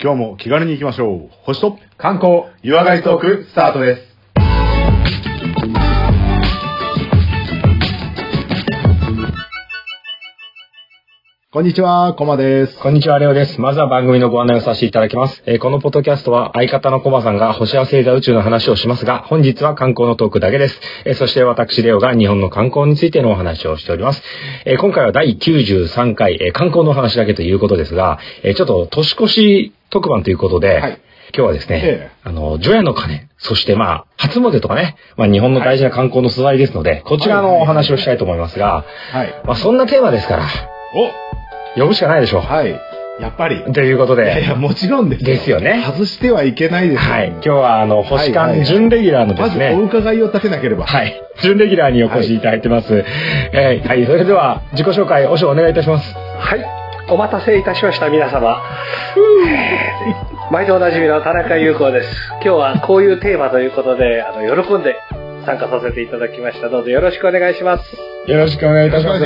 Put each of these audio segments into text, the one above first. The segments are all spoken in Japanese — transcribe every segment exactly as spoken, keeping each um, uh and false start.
今日も気軽に行きましょう。星と観光湯上がりトークスタートです。こんにちは、コマです。 こんにちは、レオです。まずは番組のご案内をさせていただきます。えー、このポッドキャストは相方のコマさんが星や星座宇宙の話をしますが、本日は観光のトークだけです。えー、そして私、レオが日本の観光についてのお話をしております。えー、今回はだいきゅうじゅうさんかい、えー、観光のお話だけということですが、えー、ちょっと年越し特番ということで、はい、今日はですね、ええ、あの、除夜の鐘、そしてまあ、初詣とかね、まあ日本の大事な観光の素材ですので、はい、こちらのお話をしたいと思いますが、はい、まあそんなテーマですから、お呼ぶしかないでしょう。 はい。やっぱり。 ということで。 いやいや、もちろんですよ。 ですよね。 外してはいけないですよ。 はい。今日は、あの、星間準レギュラーのですね。 まずお伺いを立てなければ。 はい。準レギュラーにお越しいただいてます。はい。えー、はい。それでは、自己紹介、おしょお願いいたします。 はい。お待たせいたしました、皆様。毎度おなじみの田中優子です。今日はこういうテーマということで、あの、喜んで参加させていただきました。どうぞよろしくお願いします。 よろしくお願いいたします。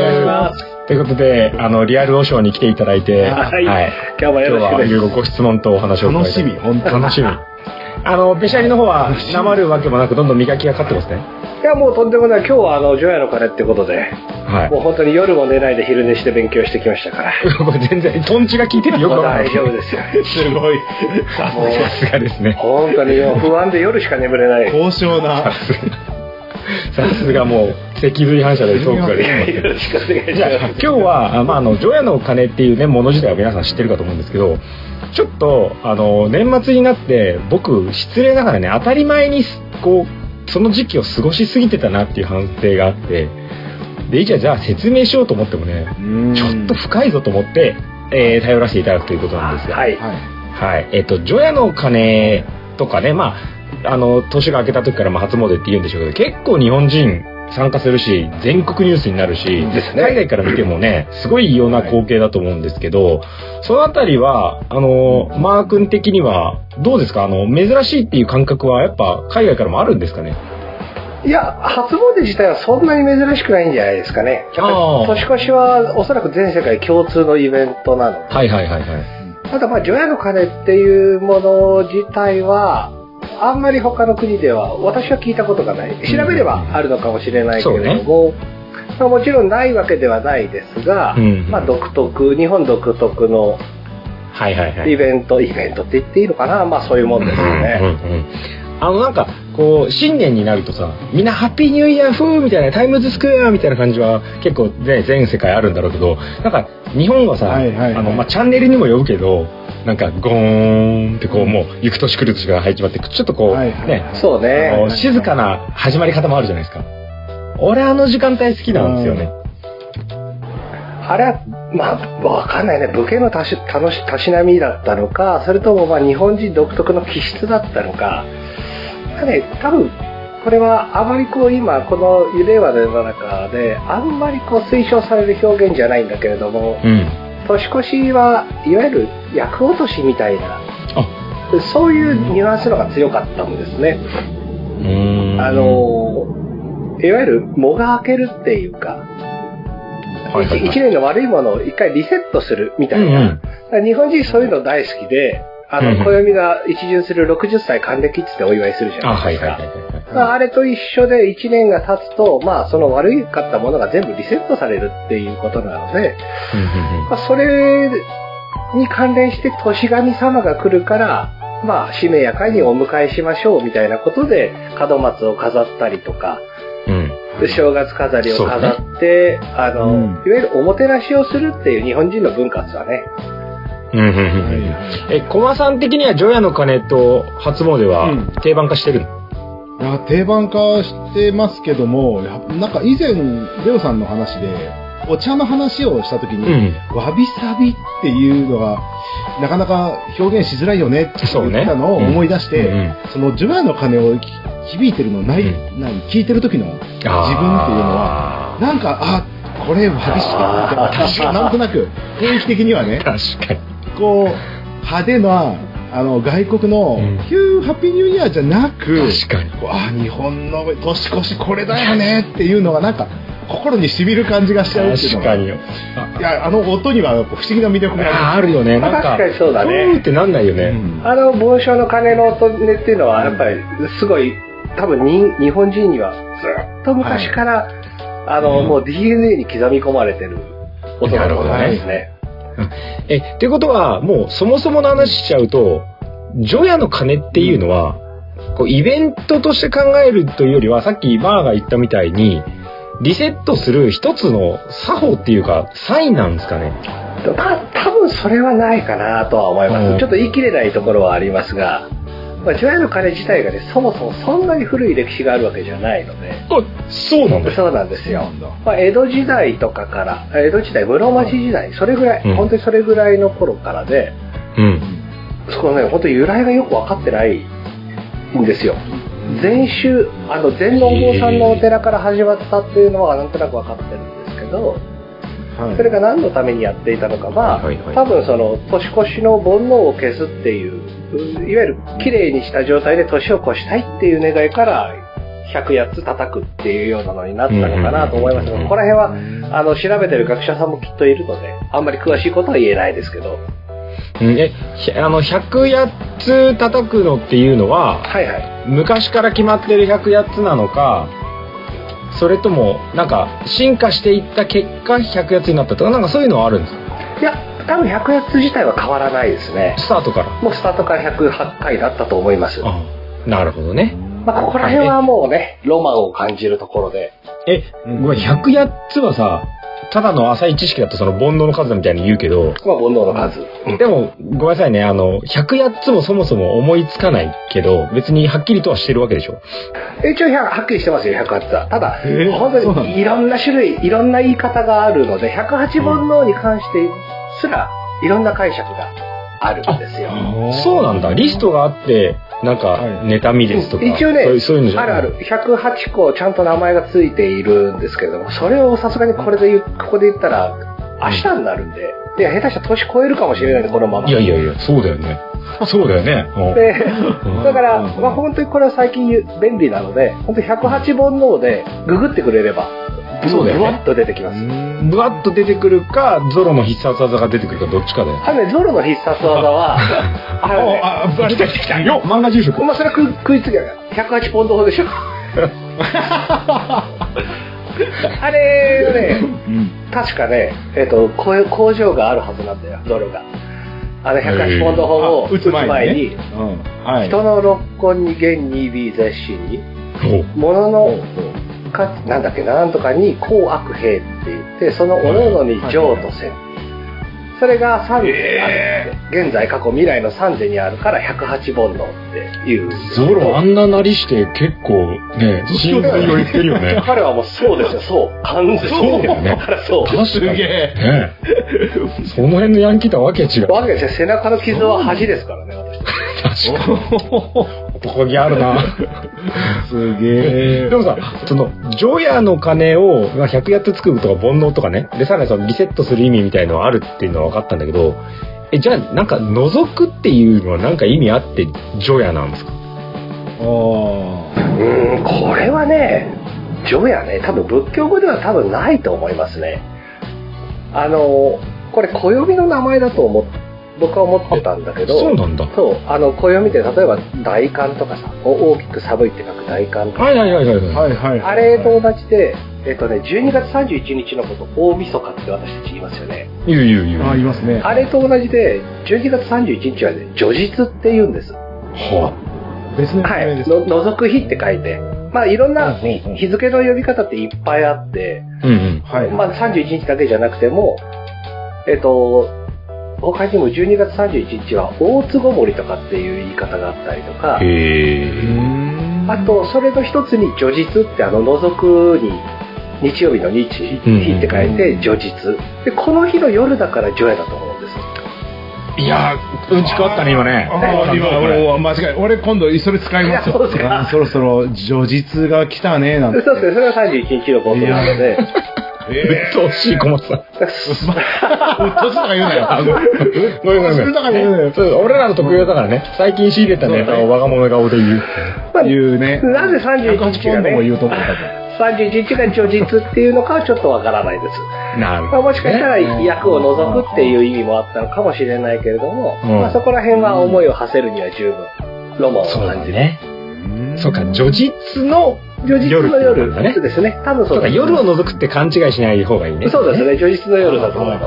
ということで、あの、リアルおショーに来ていただいて、 はい。はい、今日もよろしくです。 今日はいろいろご質問とお話を楽しみ、本当楽しみ。あの、べしゃりの方は、なまるわけもなく、どんどん磨きがかかってますね。 いや、もうとんでもない。今日は、あの、除夜の鐘ってことで、はい。もう本当に夜も寝ないで昼寝して勉強してきましたから。 全然、トンチが効いててよくわかんない。 大丈夫ですよ。 すごい。 さすがですね。 本当に不安で夜しか眠れない。 高尚な。 さすがもう脊髄反射でトークができます。 よろしくお願いします。 じゃあ今日は、まあ、あの除夜の鐘っていうねもの自体は皆さん知ってるかと思うんですけど、ちょっとあの年末になって僕失礼ながらね当たり前にこうその時期を過ごしすぎてたなっていう反省があって、でじゃあじゃあ説明しようと思ってもねちょっと深いぞと思って、えー、頼らせていただくということなんですよ。 はいはい。えっと除夜の鐘とかね、まああの年が明けた時からまあ初詣って言うんでしょうけど、結構日本人参加するし全国ニュースになるし、ね、海外から見てもねすごい異様な光景だと思うんですけど、そのあたりはあのマー君的にはどうですか？あの珍しいっていう感覚はやっぱ海外からもあるんですかね？ いや、初詣自体はそんなに珍しくないんじゃないですかね。年越しはおそらく全世界共通のイベントなので、 はいはいはいはい。 ただまあ除夜の鐘っていうもの自体はあんまり他の国では私は聞いたことがない。調べればあるのかもしれないけれども、ね、まあ、もちろんないわけではないですが、うん、まあ独特、日本独特のイベント、はいはいはい、イベントって言っていいのかな、まあそういうもんですよね。 うんうんうん、あのなんかこう新年になるとさ、みんなハッピーニューイヤー風みたいなタイムズスクエアみたいな感じは結構ね全世界あるんだろうけど、なんか日本はさ、はいはいはい、あのまあチャンネルにもよるけど。なんかゴーンってこうもう行く年来る年が入っちまってちょっとこう、はいはい、ね、 そうね、 静かな始まり方もあるじゃないですか。俺あの時間帯好きなんですよね。 あれはまあわかんないね、武家のたし楽したしなみだったのか、それともまあ日本人独特の気質だったのか、ね、多分これはあまりこう今この令和の世の中であんまりこう推奨される表現じゃないんだけれども、うん、年越しはいわゆる厄落としみたいな、そういうニュアンスのが強かったんですね。うーん、あのいわゆる藻が明けるっていうか、はいはいはい、一年の悪いものを一回リセットするみたいな、うんうん、日本人そういうの大好きで、あの、うんうん、暦が一巡するろくじゅっさい還暦ってお祝いするじゃないですか。あ、はいはいはいはい、まあ、あれと一緒でいちねんが経つと、まあその悪かったものが全部リセットされるっていうことなので、うんうんうん、まあ、それに関連して年神様が来るから、まあしめやかにお迎えしましょうみたいなことで門松を飾ったりとか、うん、正月飾りを飾って、ね、あの、うん、いわゆるおもてなしをするっていう日本人の文化はね。 うんうんうん、え、駒さん的には除夜の鐘と初詣は定番化してるの？ うん、いや定番化してますけども、なんか以前レオさんの話でお茶の話をした時に、うん、わびさびっていうのがなかなか表現しづらいよねって言ったのを思い出して、そ、ねうんうん、その除夜の鐘を響いてるのない、うん、何聞いてる時の自分っていうのはなんかあこれわびさびなんとなく雰囲気的にはね、 確かにこう派手なあの外国の、うん、ヒューハッピーニューイヤーじゃなく、 確かにあ日本の年越しこれだよねっていうのがなんか心に染みる感じがしちゃうっていうのが。 確かによ。 いや、あの音には不思議な魅力がある。 ああるよね。なんか、 確かにそうだね。 うーってなんないよね。 うんあの、盆鐘の鐘の音ねっていうのは、やっぱり、すごい、多分に、日本人には、ずっと昔から、はい、あの、うん、もう ディーエヌエー に刻み込まれてる音だと思いますね。 え、っていうことは、もう、そもそもの話しちゃうと、除夜の鐘っていうのは、こうイベントとして考えるというよりは、さっきバーが言ったみたいにリセットする一つの作法っていうかサインなんですかね。 た多分それはないかなとは思います、うん、ちょっと言い切れないところはありますが、まあ、除夜の鐘自体がねそもそもそんなに古い歴史があるわけじゃないので。 あ、そうなんだ。 そうなんですよ。まあ、江戸時代とかから江戸時代室町時代それぐらい、うん、本当にそれぐらいの頃からで、うん、そこのね本当に由来がよく分かってないんですよ。禅宗、あの禅のお坊さんのお寺から始まったっていうのはなんとなく分かってるんですけど、はい、それが何のためにやっていたのかは、はいはいはい、多分その年越しの煩悩を消すっていういわゆるきれいにした状態で年を越したいっていう願いからひゃくやっつ叩くっていうようなのになったのかなと思いますが、ここら辺はあの調べてる学者さんもきっといるのであんまり詳しいことは言えないですけど。 え、あのひゃくやっつ叩くのっていうのは、はいはい、昔から決まってるひゃくやっつなのか、それともなんか進化していった結果ひゃくやっつになったとか、なんかそういうのはあるんですか？ いや、多分ひゃくやっつ自体は変わらないですね。 スタートからもうスタートからひゃくはちかいだったと思います。 あ、なるほどね。 まあ、ここら辺はもうねロマンを感じるところで。 え、ごめん、ひゃくやっつはさ、ただの浅い知識だとその煩悩の数みたいに言うけど、 まあ、煩悩の数、 うん、でもごめんなさいね、あのひゃくやっつもそもそも思いつかないけど別にはっきりとはしてるわけでしょ。 一応はっきりしてますよひゃくはちは。ただ、えー、本当にいろんな種類いろんな言い方があるのでひゃくはち煩悩に関してすらいろんな解釈があるんですよ。 そうなんだ。リストがあってなんか妬みですとか、 一応ね、 そういう、そういうのじゃあるあるひゃくはちこちゃんと名前がついているんですけれども、それをさすがにこれで言うここで言ったら明日になるんで、いや下手したら年超えるかもしれないんでこのまま。 いやいやいや、そうだよね。そうだよね。 でだから、まあ、本当にこれは最近便利なので、本当にひゃくはち煩悩でググってくれれば。そうだよね、ブワッと出てきます。 ブワッと出てくるか、ゾロの必殺技が出てくるかどっちかだよ。 あのね、ゾロの必殺技は、 あのね、ああ、来た来たよ、漫画住職。 まあそれは食いつけない。ひゃくはちポンドほどでしょ。あれね、うん、確かね、えっと工場があるはずなんだよ、ゾロが。あのひゃくはちポンド砲を撃つ前に、人の六根に元に微絶死に、もののかなんだっけなんとかに幸悪兵って言ってそのおのおのに譲渡せん、それが三世あるって、現在過去未来の三世にあるからひゃくはち煩悩っていう。 ゾロあんななりして結構ね真髄を言ってるよね。 彼はもうそうですよ、そう完全にそうだよね。 そう確かにね。その辺のヤンキーとはわけ違う。 わけですよ。背中の傷は恥ですからね、 私。確かに。男気あるな。 すげえ。 でもさ、その除夜の鐘をひゃくやっつ作るとか煩悩とかね、でさらにそのリセットする意味みたいのはあるっていうのは分かったんだけど、えじゃあなんか除くっていうのはなんか意味あって除夜なんですか？ ああ、うん、これはね、除夜ね、多分仏教語では多分ないと思いますね。あのこれ暦の名前だと思って僕は思ってたんだけど、 そうなんだ。 そう、あの暦って例えば大寒とかさ、大きく寒いって書く大寒とか、 はいはいはいはいはいはい、 あれと同じで、えっとね、じゅうにがつさんじゅういちにちのこと大晦日って私たち言いますよね。 言う言う言う。 あ、言いますね。 あれと同じでじゅうにがつさんじゅういちにちはね、除日って言うんです。 はあ、別のはい、の除く日って書いて、まあいろんな日付の呼び方っていっぱいあって、 うんうんはい、 まあさんじゅういちにちだけじゃなくても、えっと他にもじゅうにがつさんじゅういちにちは大つごもりとかっていう言い方があったりとか、 へあとそれの一つに除日ってあの除くに日曜日の日、日って書いて除日で、この日の夜だから除夜だと思うんです。 いやー、うんちくあったね今ね。 あ今俺間違い。俺今度それ使いますよ。 そうですか。 そろそろ除日が来たねなんて。 そうですね。それがさんじゅういちにちのことなので。 うっとうしい小松さん。うっとうしいとか言うなよ。 ごめんごめんごめん。俺らの得意だからね。最近仕入れたネタを我が物顔で言う。 言うね。なぜさんじゅういちにちがね。 さんじゅういちにちが叙実っていうのかはちょっとわからないです。 なるほど、ね。 まあ、もしかしたら役を除くっていう意味もあったのかもしれないけれども、うん、まあ、そこら辺は思いを馳せるには十分ロマンを感じる。 ね。そうか、叙実の叙実の夜だね。ですね。多分そうだ、ね。夜を除くって勘違いしない方がいいね。 そうですね。叙実の夜だと思います。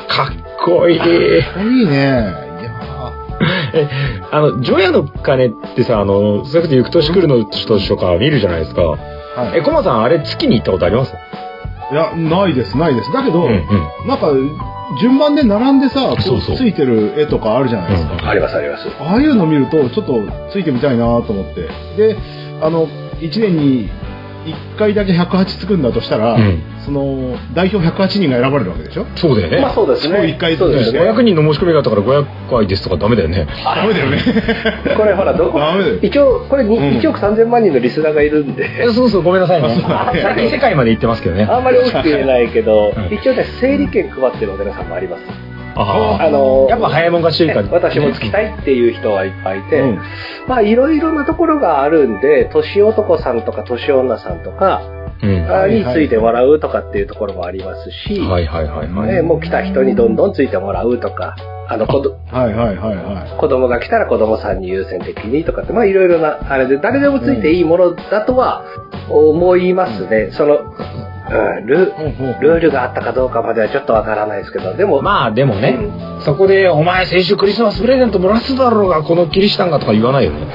かっこいい。かっこいいね。 え、あの、除夜の鐘ってさ、あの、それこそ行く年来るの年とか見るじゃないですか。はい、え、コマさん、あれ月に行ったことあります？ いや、ないです、ないです。だけど、うんうん、なんか、順番で並んでさ、そうそうついてる絵とかあるじゃないですか。 うん、あります、あります。 ああいうの見ると、ちょっとついてみたいなと思って。で、あの、いちねんにいっかいだけひゃくはちつくんだとしたら、うん、その代表ひゃくはちにんが選ばれるわけでしょ。 そうだよね。 まあそうですね。 いっかいずつごひゃくにんの申し込みがあったからごひゃっかいですとかダメだよね。 ダメだよね。 これほらどこ一応これいちおくさんぜんまんにんのリスナーがいるんで、 うん、そうそうごめんなさいね。最近世界まで行ってますけどね。 あんまり大きく言えないけど、うん、一応ね整理券配ってるお寺さんもあります。ああのやっぱ早いもん勝ちというか、 私もつきたいっていう人はいっぱいいて、うん、まあいろいろなところがあるんで、年男さんとか年女さんとか、うん、についてもらうとかっていうところもありますし、 はいはいはいはい、 ね、もう来た人にどんどんついてもらうとか、あの子ど、 はいはいはいはい、 子供が来たら子供さんに優先的にとかって、まあいろいろなあれで誰でもついていいものだとは思いますね。うん、そのうん、ル, ルールがあったかどうかまではちょっとわからないですけど、でもまあでもね、うん、そこでお前先週クリスマスプレゼントもらすだろうがこのキリシタンがとか言わないよね。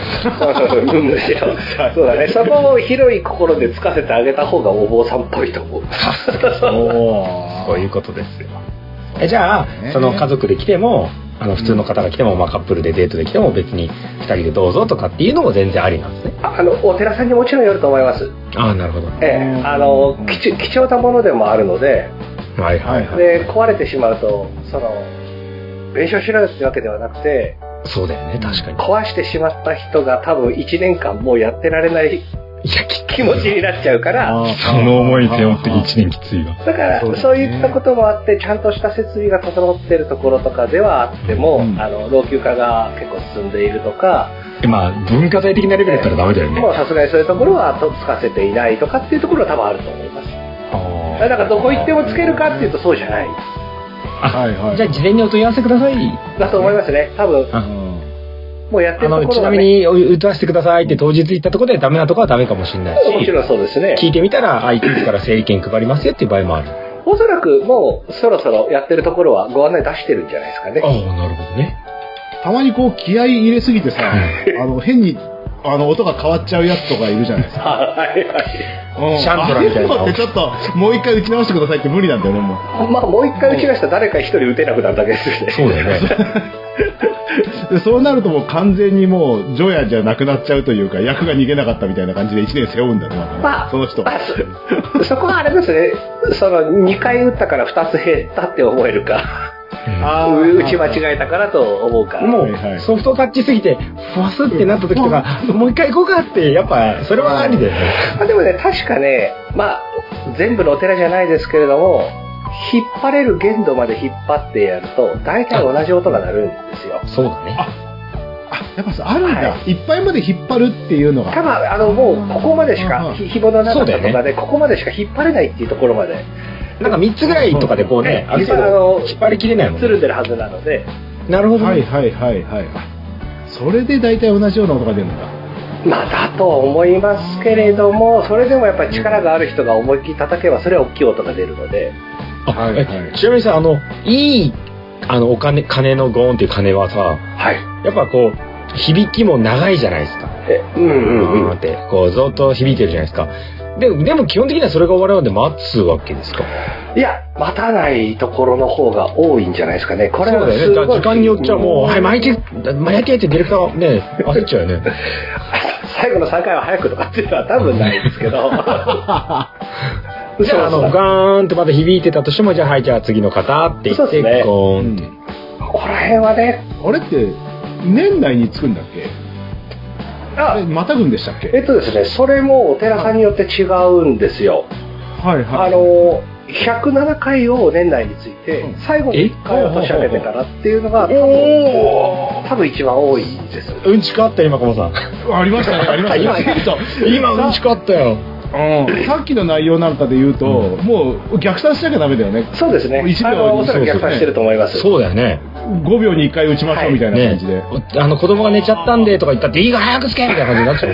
そうだね。そこを広い心でつかせてあげた方がお坊さんっぽいと思う。 そういうことですよ。えじゃあ、ね、その家族で来てもあの普通の方が来ても、まあ、カップルでデートで来ても別にふたりでどうぞとかっていうのも全然ありなんですね。 あのお寺さんにもちろんよると思います。 ああなるほど。 ええ、あの貴貴重なものでもあるので、 はいはいはい、 で壊れてしまうとその弁償しろよってわけではなくて、 そうだよね確かに壊してしまった人が多分いちねんかんもうやってられないいや気持ちになっちゃうから、 その思い背負っていちねんきついわ。 だからそう、ね、そういったこともあってちゃんとした設備が整っているところとかではあっても、うん、あの老朽化が結構進んでいるとか、 まあ文化財的なレベルだったらダメだよね。 もうさすがにそういうところはとつかせていないとかっていうところは多分あると思います。あだからどこ行ってもつけるかっていうとそうじゃない。 あ、はいはい、じゃあ事前にお問い合わせください。 だと思いますね。多分。もうやってるところは、ね、 ちなみに打たせてくださいって当日行ったところでダメなところはダメかもしれないし、 もちろんそうですね。 聞いてみたらあいつから整理券配りますよっていう場合もある。 おそらくもうそろそろやってるところはご案内出してるんじゃないですかね。 ああなるほどね。 たまにこう気合い入れすぎてさあの変にあの音が変わっちゃうやつとかいるじゃないですか。はいはい。シャントラみたいなのってちょっともう一回打ち直してくださいって無理なんだよねもう。 まあもう一回打ち出したら誰か一人打てなくなるだけですよね。 そうだよね。 でそうなるともう完全にもうジョヤじゃなくなっちゃうというか役が逃げなかったみたいな感じでいちねん背負うんだろうな、まあ、その人、まあ、 そ, そこはあれですね。そのにかい打ったからふたつ減ったって思えるか、うん、打ち間違えたからと思うか。 もうソフトタッチすぎてフワスってなった時とか、うん、もう一回行こうかってやっぱそれはありだよね。 まあでもね確かね、まあ全部のお寺じゃないですけれども引っ張れる限度まで引っ張ってやると大体同じ音が鳴るんですよ。 そうだね。 ああやっぱあるんだ、はい、いっぱいまで引っ張るっていうのが多分あのもうここまでしか紐の長さとかで、ね、ここまでしか引っ張れないっていうところまでなんかみっつぐらいとかでこうね、ある程度引っ張りきれないもんね。 つるんでるはずなので。 なるほど、ね。 はいはいはいはい。それで大体同じような音が出るんだ。 まあだと思いますけれども、それでもやっぱり力がある人が思いっきり叩けばそれは大きい音が出るので。 あ、はいはい、ちなみにさ、あのいいあのお金鐘のゴーンっていう鐘はさ、はい、やっぱこう響きも長いじゃないですか。 え、うんうんうんってこうずっと響いてるじゃないですか。で, でも基本的にはそれが終わるまで待つわけですか。 いや待たないところの方が多いんじゃないですかね。これはそうだよね。だ時間によっちゃもう、うん、はい巻いて巻いてってディレクターね焦っちゃうよね。 最後のさんかいは早くとかっていうのは多分ないですけど。 じゃああのガーンってまだ響いてたとしてもじゃあはいじゃあ次の方って言って、ね、ゴーンって、うん、 ここら辺はねあれって年内につくんだっけ。あれまたぐんでしたっけ。 えっとですねそれもお寺さんによって違うんですよ。 はいはい。 あのひゃくななかいを年内について、うん、最後にいっかいは年明けてからっていうのが多分多分一番多いです。 うんちくあった今このさん。 ありましたねありました。 今今うんちくあったよ。 うん、さっきの内容なんかで言うと、うん、もう逆算しなきゃダメだよね。 そうですね。いちびょうにおそらく逆算してると思います。 そうだよね。 ごびょうにいっかい打ちましょうみたいな感じで、はいね、あの子供が寝ちゃったんでとか言ったっていいから早くつけみたいな感じになっちゃう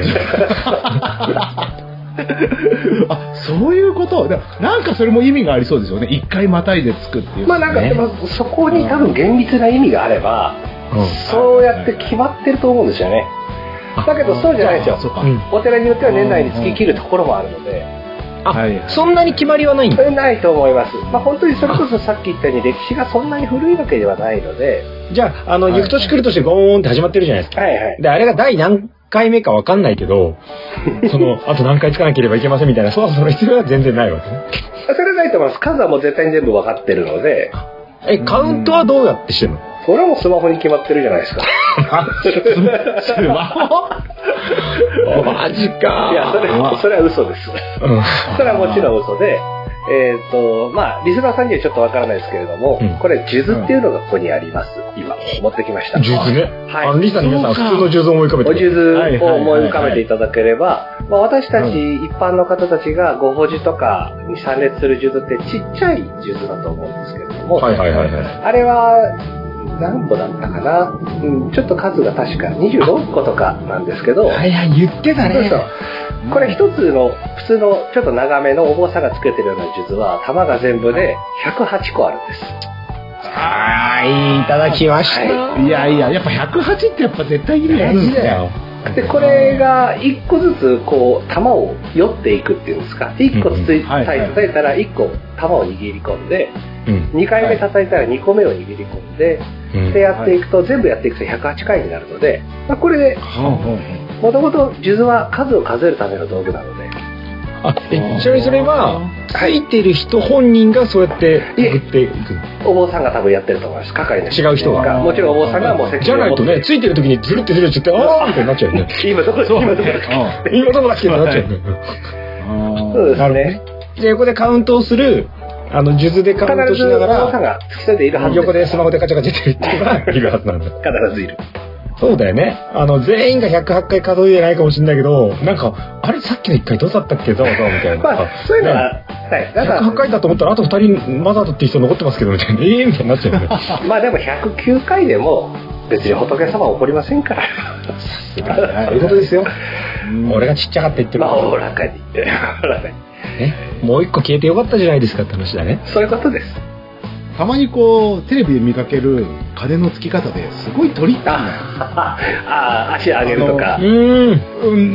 あ、そういうことなんかそれも意味がありそうですよね。一回またいでつくっていう、 まあなんかでもそこに多分厳密な意味があれば、うん、そうやって決まってると思うんですよね。だけどそうじゃないですよ。お寺によっては年内に月切るところもあるので、 あ、はい、そんなに決まりはないんだ。 ないと思います。まあ本当にそれこそさっき言ったように歴史がそんなに古いわけではないので、 じゃああの、はい、行く年来る年ゴーンって始まってるじゃないですか。はいはい。であれが第何回目かわかんないけど、そのあと何回つかなければいけませんみたいな、そうその必要は全然ないわけね。 それはないと思います。数はもう絶対に全部分かってるので。 え、カウントはどうやってしてるの？ それはもうスマホに決まってるじゃないですか。 スマホマジか。 いや、それは、それは嘘です。うん、それはもちろん嘘で、えっと、まあ、リスナーさんにはちょっとわからないですけれども、うん、これ、数珠っていうのがここにあります。今、持ってきました。 数珠ね。 はい。 あの、リスナーの皆さん、普通の数珠を思い浮かべて。 お数珠を思い浮かべていただければ、まあ、私たち、一般の方たちがご法事とかに参列する数珠ってちっちゃい数珠だと思うんですけれども、はいはいはいはい。あれは、何個だったかな、うん、ちょっと数が確かにじゅうろっことかなんですけど、 はいはい、言ってたね。そうそう、 これ一つの普通のちょっと長めのお坊さんがつけてるような数珠は玉が全部でひゃくはちこあるんです。 はい、いただきました、 はい、いやいや、やっぱひゃくはちってやっぱ絶対意味あるんだよ。 でこれがいっこずつこう玉を寄っていくっていうんですか、いっこつついたい叩いたらいっこ玉を握り込んで、うん、にかいめ叩いたらにこめを握り込んで、うん、でやっていくと、はい、全部やっていくとひゃくはちかいになるので、まあ、これでもともと数珠は数を数えるための道具なので。 あ、え、ちなみにそれはついてる人本人がそうやって送っていく、 お坊さんが多分やってると思います。係の違う人が、 もちろんお坊さんがもう責任を持って、 じゃないとね、ついてる時にずるってずるっちゃってああみたいになっちゃうよね。 今どこ今どこ今どこだっけってなっちゃうよね。 そうですね。 で横でカウントをする、あの数珠でカウントしながらお坊さんが付き添いでいるはずです。 横でスマホでカチャカチャってるっていうのがいるはずなんだ。 必ずいる。 そうだよね。あの全員がひゃくはちかい数えてないかもしれないけど、なんかあれさっきのいっかいどうだったっけどうぞみたいな。 まあそういうのは、ね、はい。 だからひゃくはちかいだと思ったらあとふたりマザードっていう人残ってますけどみたいな。ええー、みたいになっちゃうよね。 まあでもひゃくきゅうかいでも別に仏様は怒りませんから。 そういうことですよ。俺がちっちゃかって言ってる。 まあおおらかに。おおらかに。 ね、もう一個消えてよかったじゃないですかって話だね。 そういうことです。 たまにこうテレビで見かける金の付き方ですごいトリッキーなああ、足上げるとか、 うん、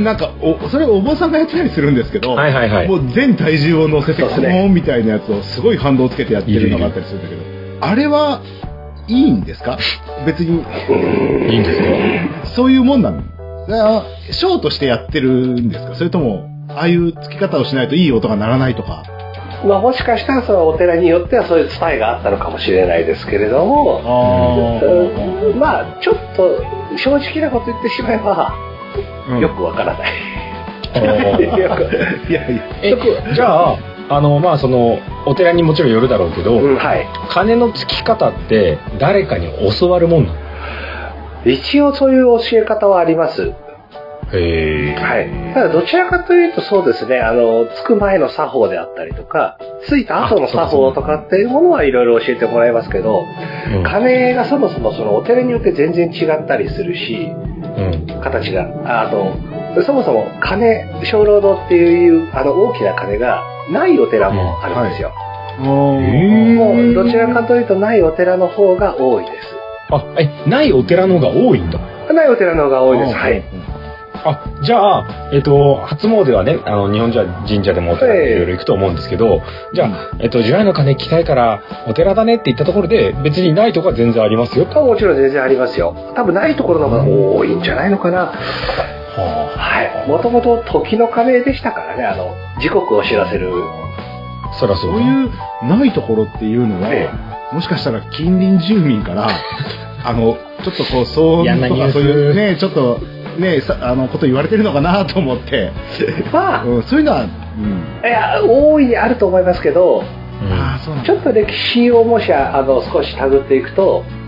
なんかおそれをお坊さんがやってたりするんですけど、はいはいはい、もう全体重を乗せてコーンみたいなやつをすごい反動をつけてやってるのがあったりするんだけど、あれはいいんですか？別にいいんですか？ そういうもんなの？ショーとしてやってるんですか？それともああいう付き方をしないといい音が鳴らないとか。 まあ、もしかしたらそのお寺によってはそういうスパイがあったのかもしれないですけれども、あまあちょっと正直なこと言ってしまえば、うん、よくわからない。 いやいやえじゃああのまあそのお寺にもちろんよるだろうけど、うん、はい、金の付き方って誰かに教わるもんなの？ 一応そういう教え方はあります。 へはい。ただどちらかというとそうですね、あのつく前の作法であったりとか、ついた後の作法とかっていうものはいろいろ教えてもらいますけど、うん、鐘がそもそもそのお寺によって全然違ったりするし、うん、形があとそもそも鐘鐘楼堂っていうあの大きな鐘がないお寺もあるんですよ。うん、はい、もうどちらかというとないお寺の方が多いです。 あ、え、ないお寺の方が多いんだ。 ないお寺の方が多いです。はい。 あ、じゃあ、えっと、初詣はね、あの、日本じゃ神社でもお寺でいろいろ行くと思うんですけど、じゃあ、えっと、除夜の鐘来たいからお寺だねって言ったところで、別にないとこは全然ありますよ。 もちろん全然ありますよ。多分ないところの方が多いんじゃないのかな。はあ、はい。もともと時の鐘でしたからね、あの、時刻を知らせる。 そらそう。そういうないところっていうのは、ね、もしかしたら近隣住民から、あの、ちょっとこう、騒音とかそういうね、ちょっと、ね、あのこと言われてるのかなと思って、まあ、うん、そういうのは、うん、 いや大いにあると思いますけど、うん、ちょっと歴史をもしあの少したぐっていくと、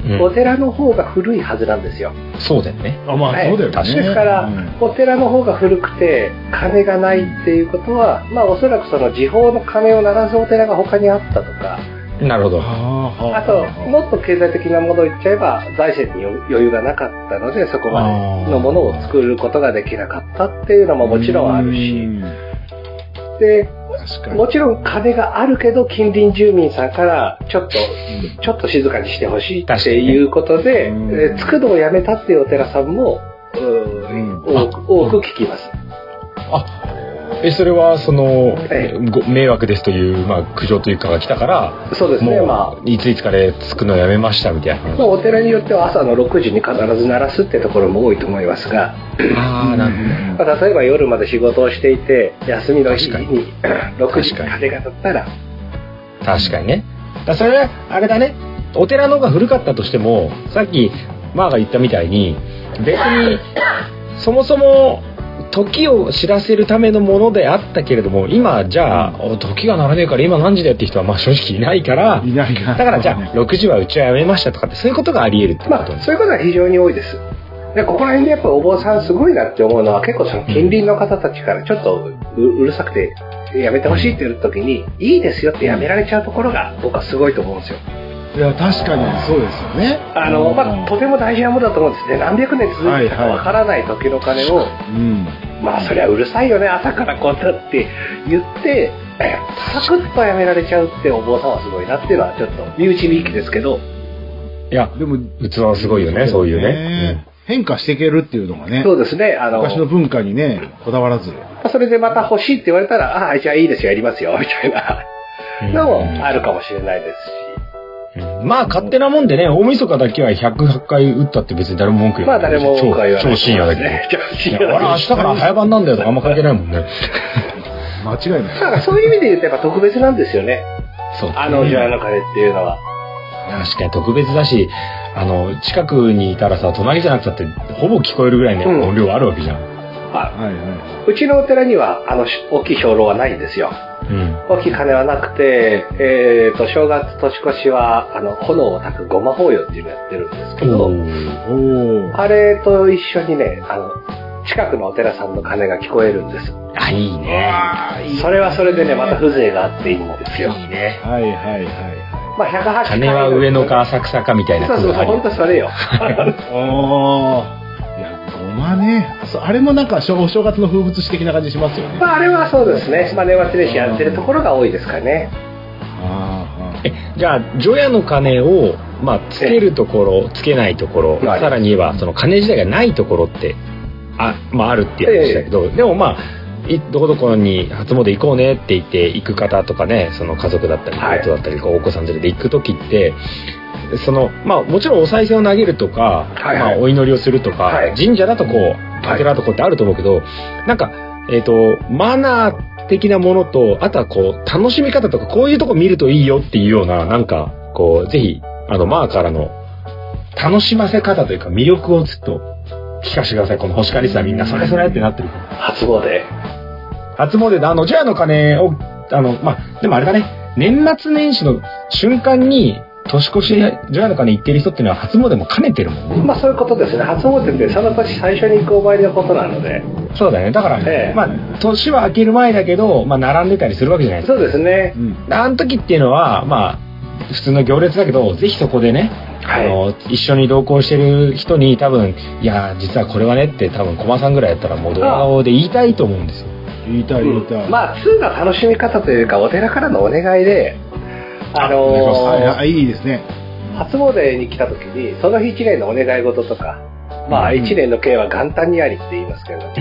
うん、 お寺の方が古いはずなんですよ。 そうだよね。 あ、まあ、そうだよね。 ですから、うん、お寺の方が古くて鐘がないっていうことは、まあおそらくその時報の鐘を鳴らすお寺が他にあったとか。 なるほど。 あと、もっと経済的なものを言っちゃえば、財政に余裕がなかったので、そこまでのものを作ることができなかったっていうのももちろんあるし。で、もちろん金があるけど近隣住民さんからちょっと、うん、ちょっと静かにしてほしいっていうことで、ね、作るのをやめたっていうお寺さんも、うん、多く、多く聞きます。 あ、え、それはその、ええ、ご迷惑ですという、まあ、苦情というかが来たから、 そうですね、まあ、 いついつかで作るのをやめましたみたいな。 まあ、お寺によっては朝のろくじに必ず鳴らすってところも多いと思いますが、 あ、なるほど。 例えば夜まで仕事をしていて休みの日にろくじに鐘が鳴ったら、 確かにね。だそれはあれだね、お寺の方が古かったとしても、さっきマーが言ったみたいに別にそもそも時を知らせるためのものであったけれども、今じゃあ時が鳴らねえから今何時だよって人はまあ正直いないから、 いないからだからじゃあろくじはうちはやめましたとかってそういうことがあり得るってこと、 まあ、そういうことは非常に多いです。でここら辺でやっぱお坊さんすごいなって思うのは、結構その近隣の方たちからちょっと う, うるさくてやめてほしいって言う時に、いいですよってやめられちゃうところが僕はすごいと思うんですよ。 いや確かにそうですよね。 あの、まあ、とても大事なものだと思うんですね。何百年続いてたかわからない時の鐘を、はいはい、うん、まあそりゃうるさいよね朝からこんなって言ってサクッとやめられちゃうってお坊さんはすごいなっていうのはちょっと身内びいきですけど、 いやでも器はすごいよね、そういうね、 うん、変化していけるっていうのがね。 そうですね。あの昔の文化にねこだわらず、 それでまた欲しいって言われたら、ああじゃあいいですよやりますよみたいなのもあるかもしれないですし。 うん、まあ勝手なもんでね、大晦日だけはひゃくはちかい打ったって別に誰も文句言わない。まあ誰も文句は言わない。 超深夜だけど。超深夜だけど。俺明日から早番なんだよとかあんま関係ないもんね。 間違いない。 だからそういう意味で言うとやっぱ特別なんですよね。そう、ね。あの除夜の鐘っていうのは。 確かに特別だし、あの近くにいたらさ、隣じゃなくたってほぼ聞こえるぐらいの音量あるわけじゃん。うん、 はいはいはい。うちのお寺にはあの大きい兵糧はないんですよ。うん、大きい鐘はなくて、えー、と正月年越しはあの炎を焚くごま法要っていうのをやってるんですけど、おあれと一緒にね、あの近くのお寺さんの鐘が聞こえるんです。 あ、いいね。 それはそれでねまた風情があっていいんですよ。 いいね。 はいはいはい。 まあひゃくはちかい。 鐘は上野か浅草かみたいな。 そうそうそう、本当それよ。 おー。まあね、あれもなんかお正月の風物詩的な感じしますよね。 まあ、あれはそうですね、まあ、年末年始やってるところが多いですからね。 あえじゃあ除夜の鐘を、まあ、つけるところつけないところ、さらに言えばその鐘自体がないところってあ、まあ、あるっていう話だけど、ええ、でもまあどこどこに初詣行こうねって言って行く方とかね、その家族だったり夫だったり、はい、お子さん連れで行く時ってそのまあ、もちろんお賽銭を投げるとか、はいはい、まあ、お祈りをするとか、はい、神社だとこうお寺だとこうってあると思うけど、なんか、えーと、マナー的なものと、あとはこう楽しみ方とかこういうとこ見るといいよっていうような、なんかこうぜひあのマーからの楽しませ方というか魅力をちょっと聞かせてください。この星刈りさんみんなそれそれってなってる。 初詣初詣であの除夜の鐘をあのまあでもあれだね、年末年始の瞬間に年越し除夜の鐘行ってる人っていうのは初詣も兼ねてるもんね。 まあそういうことですね。初詣ってその年最初に行くお参りのことなので。 そうだね。だから、ええ、まあ年は明ける前だけど、まあ並んでたりするわけじゃないですか。 そうですね。 うん、あの時っていうのはまあ普通の行列だけど、ぜひそこでね、はい、あの一緒に同行してる人に多分いや実はこれはねって多分駒さんぐらいやったらもう動画で言いたいと思うんですよ。 言いたい言いたい。 うん、まあ通の楽しみ方というかお寺からのお願いで、あのー、 はいはい、いいですね。 初詣に来た時にその日一年のお願い事とか、まあ一年の計は元旦にありって言いますけど、うんうん、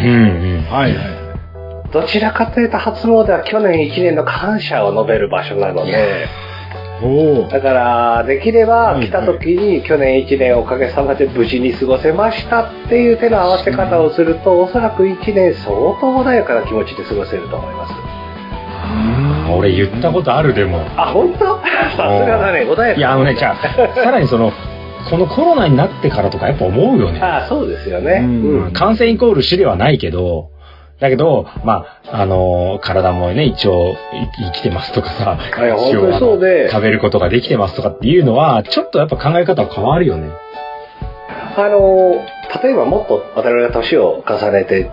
はいはい、どちらかというと初詣は去年一年の感謝を述べる場所なので、おだからできれば来た時に去年一年おかげさまで無事に過ごせましたっていう手の合わせ方をすると、おそらく一年相当穏やかな気持ちで過ごせると思います。 俺言ったことある。でもあ、本当？さすがだね、穏やか。 いやあのね、じゃあさらにそのこのコロナになってからとかやっぱ思うよね。 ああ、そうですよね、 うん、感染イコール死ではないけど、 だけど、まあ、あのー、体もね、一応生きてますとかさ、 はい、本当にそうで。 食べることができてますとかっていうのは、ちょっとやっぱ考え方は変わるよね。 あのー、例えばもっと我々が年を重ねていって、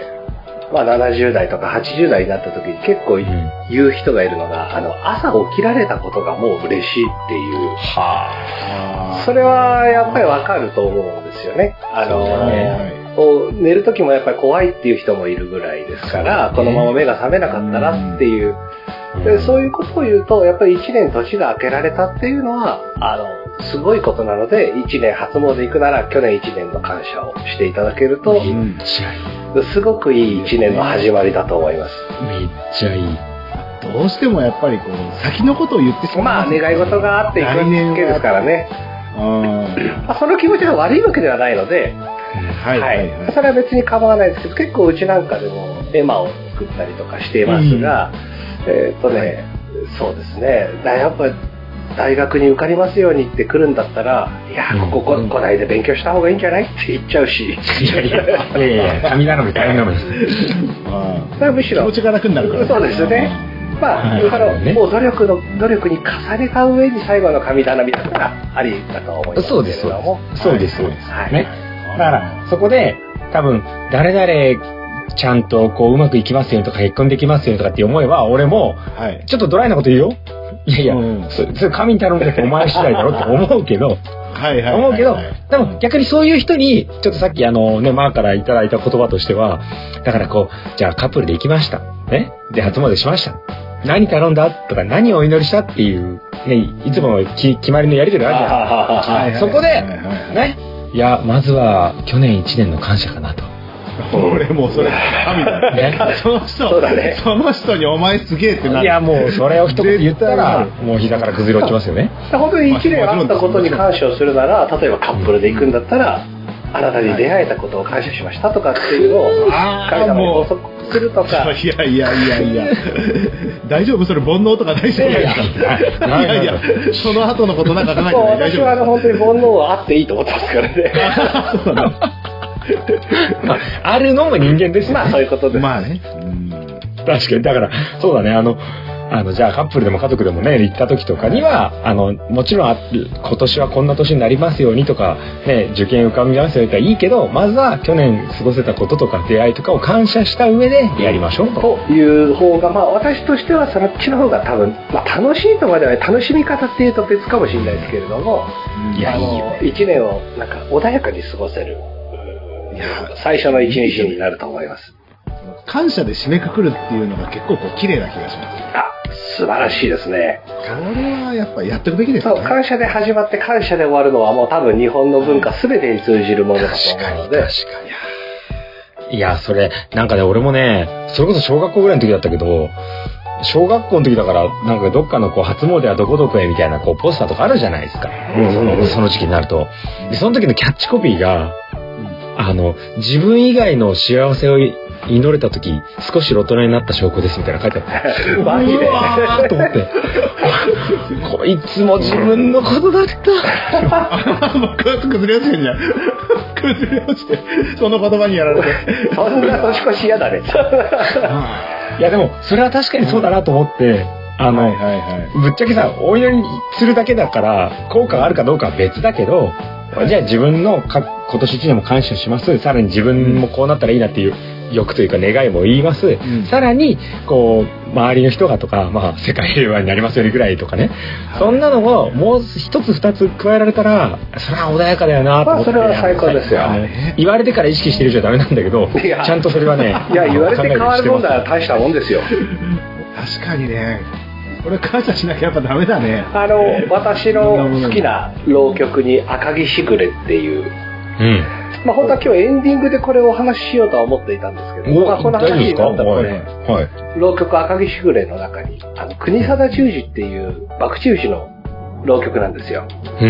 まあななじゅう代とかはちじゅう代になった時に結構言う人がいるのが、あの、朝起きられたことがもう嬉しいっていう。はあ。それはやっぱりわかると思うんですよね。あのー、寝る時もやっぱり怖いっていう人もいるぐらいですから、このまま目が覚めなかったらっていう。でそういうことを言うと、やっぱりいちねん年が明けられたっていうのは、あの、すごいことなので、いちねん初詣行くなら去年いちねんの感謝をしていただけると、うん、すごくいいいちねんの始まりだと思います。 めっちゃいい。 どうしてもやっぱりこう、先のことを言ってしまう。 まあ、願い事があっていくわけですからね。あその気持ちが悪いわけではないので、はいはいはい、それは別に構わないですけど、結構うちなんかでも絵馬を作ったりとかしていますが、うん、えーっとね、はい、そうですね、やっぱり大学に受かりますようにって来るんだったら、いや、ここ来ないで勉強した方がいいんじゃないって言っちゃうし。いやいや、いやいや、神頼み、神頼みです。むしろ気持ちが楽になるから。 そうですね。まあ、だからもう努力の努力に重ねた上に最後の神頼みだったらありだと思いますけれども。 そうです、そうです、そうです。はい。ね。だからそこで多分誰々ちゃんとこううまくいきますよとか結婚できますよとかって思えば、俺もちょっとドライなこと言うよ。いやいや、うん、それ神に頼んでお前次第だろって思うけど、はいはい、思うけど、でも逆にそういう人にちょっとさっきあのねマーからいただいた言葉としては、だからこうじゃあカップルで行きましたね、で初詣しました。何頼んだとか何をお祈りしたっていうね、いつものき決まりのやり取りあるじゃないですか。そこでね、いやまずは去年いちねんの感謝かなと。 俺もうそれ神だね。その人そうだね、その人にお前すげえってなる。 いやもうそれを一言言ったらもう膝から崩れ落ちますよね。 本当にいちねんあったことに感謝をするなら、例えばカップルで行くんだったら、あなたに出会えたことを感謝しましたとかっていうのを神様に補足するとか。 いやいやいやいや大丈夫それ煩悩とか大丈夫ですか。いやいやその後のことなんか考えてない。 私はあの本当に煩悩はあっていいと思ってますからね。そうなんだ。 まあ、あるのも人間ですよね。 まあそういうことです。 まあね。 うん、確かに。だから、そうだね。あの、あの、じゃあカップルでも家族でもね、行った時とかには、あの、もちろん、今年はこんな年になりますようにとか、ね、受験受かりますようにとかいいけど、まずは去年過ごせたこととか出会いとかを感謝した上でやりましょうと。 という方が、まあ私としてはそのっちの方が多分、まあ楽しいとまでは楽しみ方っていうと別かもしれないですけれども、いや、いいよ。一年をなんか穏やかに過ごせる。最初の一日になると思います。 感謝で締めくくるっていうのが結構こう綺麗な気がします。 あ、素晴らしいですね。 これはやっぱりやっておくべきですね。 そう、感謝で始まって感謝で終わるのはもう多分日本の文化すべてに通じるものだと思うので。確かに確かに。いや、それなんかね、俺もね、それこそ小学校ぐらいの時だったけど、小学校の時だからなんかどっかのこう初詣はどこどこへみたいなこうポスターとかあるじゃないですか。うん、そのその時期になると、でその時のキャッチコピーが。あの自分以外の幸せを祈れた時少し大人になった証拠ですみたいな書いてあってうわーと思ってこいつも自分のことだったもう崩れ落ちてんじゃん崩れ落ちてその言葉にやられてそんな年越し嫌だねいやでもそれは確かにそうだなと思ってあの、はいはいはい、ぶっちゃけさお祈りするだけだから効果があるかどうかは別だけどじゃあ自分のか今年一年も感謝します。さらに自分もこうなったらいいなっていう欲というか願いも言います。うん、さらにこう周りの人がとか、まあ、世界平和になりますようにぐらいとかね、はい、そんなのをもう一つ二つ加えられたらそれは穏やかだよなと思って、 まあ、それは最高ですよ。 言われてから意識してるじゃダメなんだけどちゃんとそれはねいや言われて変わるもんだら大したもんですよ確かにねこれ感謝しなきゃやっぱダメだね。 あの私の好きな浪曲に赤城しぐれっていう、うんまあ、本当は今日エンディングでこれをお話ししようとは思っていたんですけど、まあ、この話になったこれ、はい、浪曲赤城しぐれの中にあの国定忠治っていう博打牛の浪曲なんですよ、うん、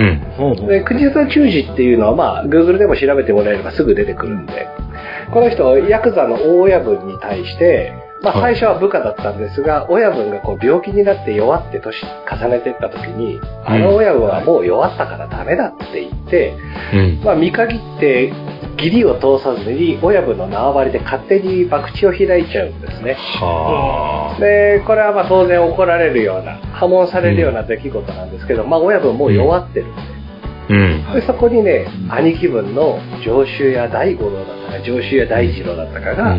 で国定忠治っていうのは、まあ、Google でも調べてもらえればすぐ出てくるんで、この人ヤクザの大親分に対してまあ、最初は部下だったんですが、親分がこう病気になって弱って年重ねていった時に、あの親分はもう弱ったからダメだって言って、うん、まあ見限って義理を通さずに親分の縄張りで勝手に博打を開いちゃうんですね。 はあ。 でこれはまあ当然怒られるような破門されるような出来事なんですけど、うん、まあ親分もう弱ってるんで、うん、でそこにね、うん、兄貴分の上州屋大五郎だったか上州屋大二郎だったかが、うん、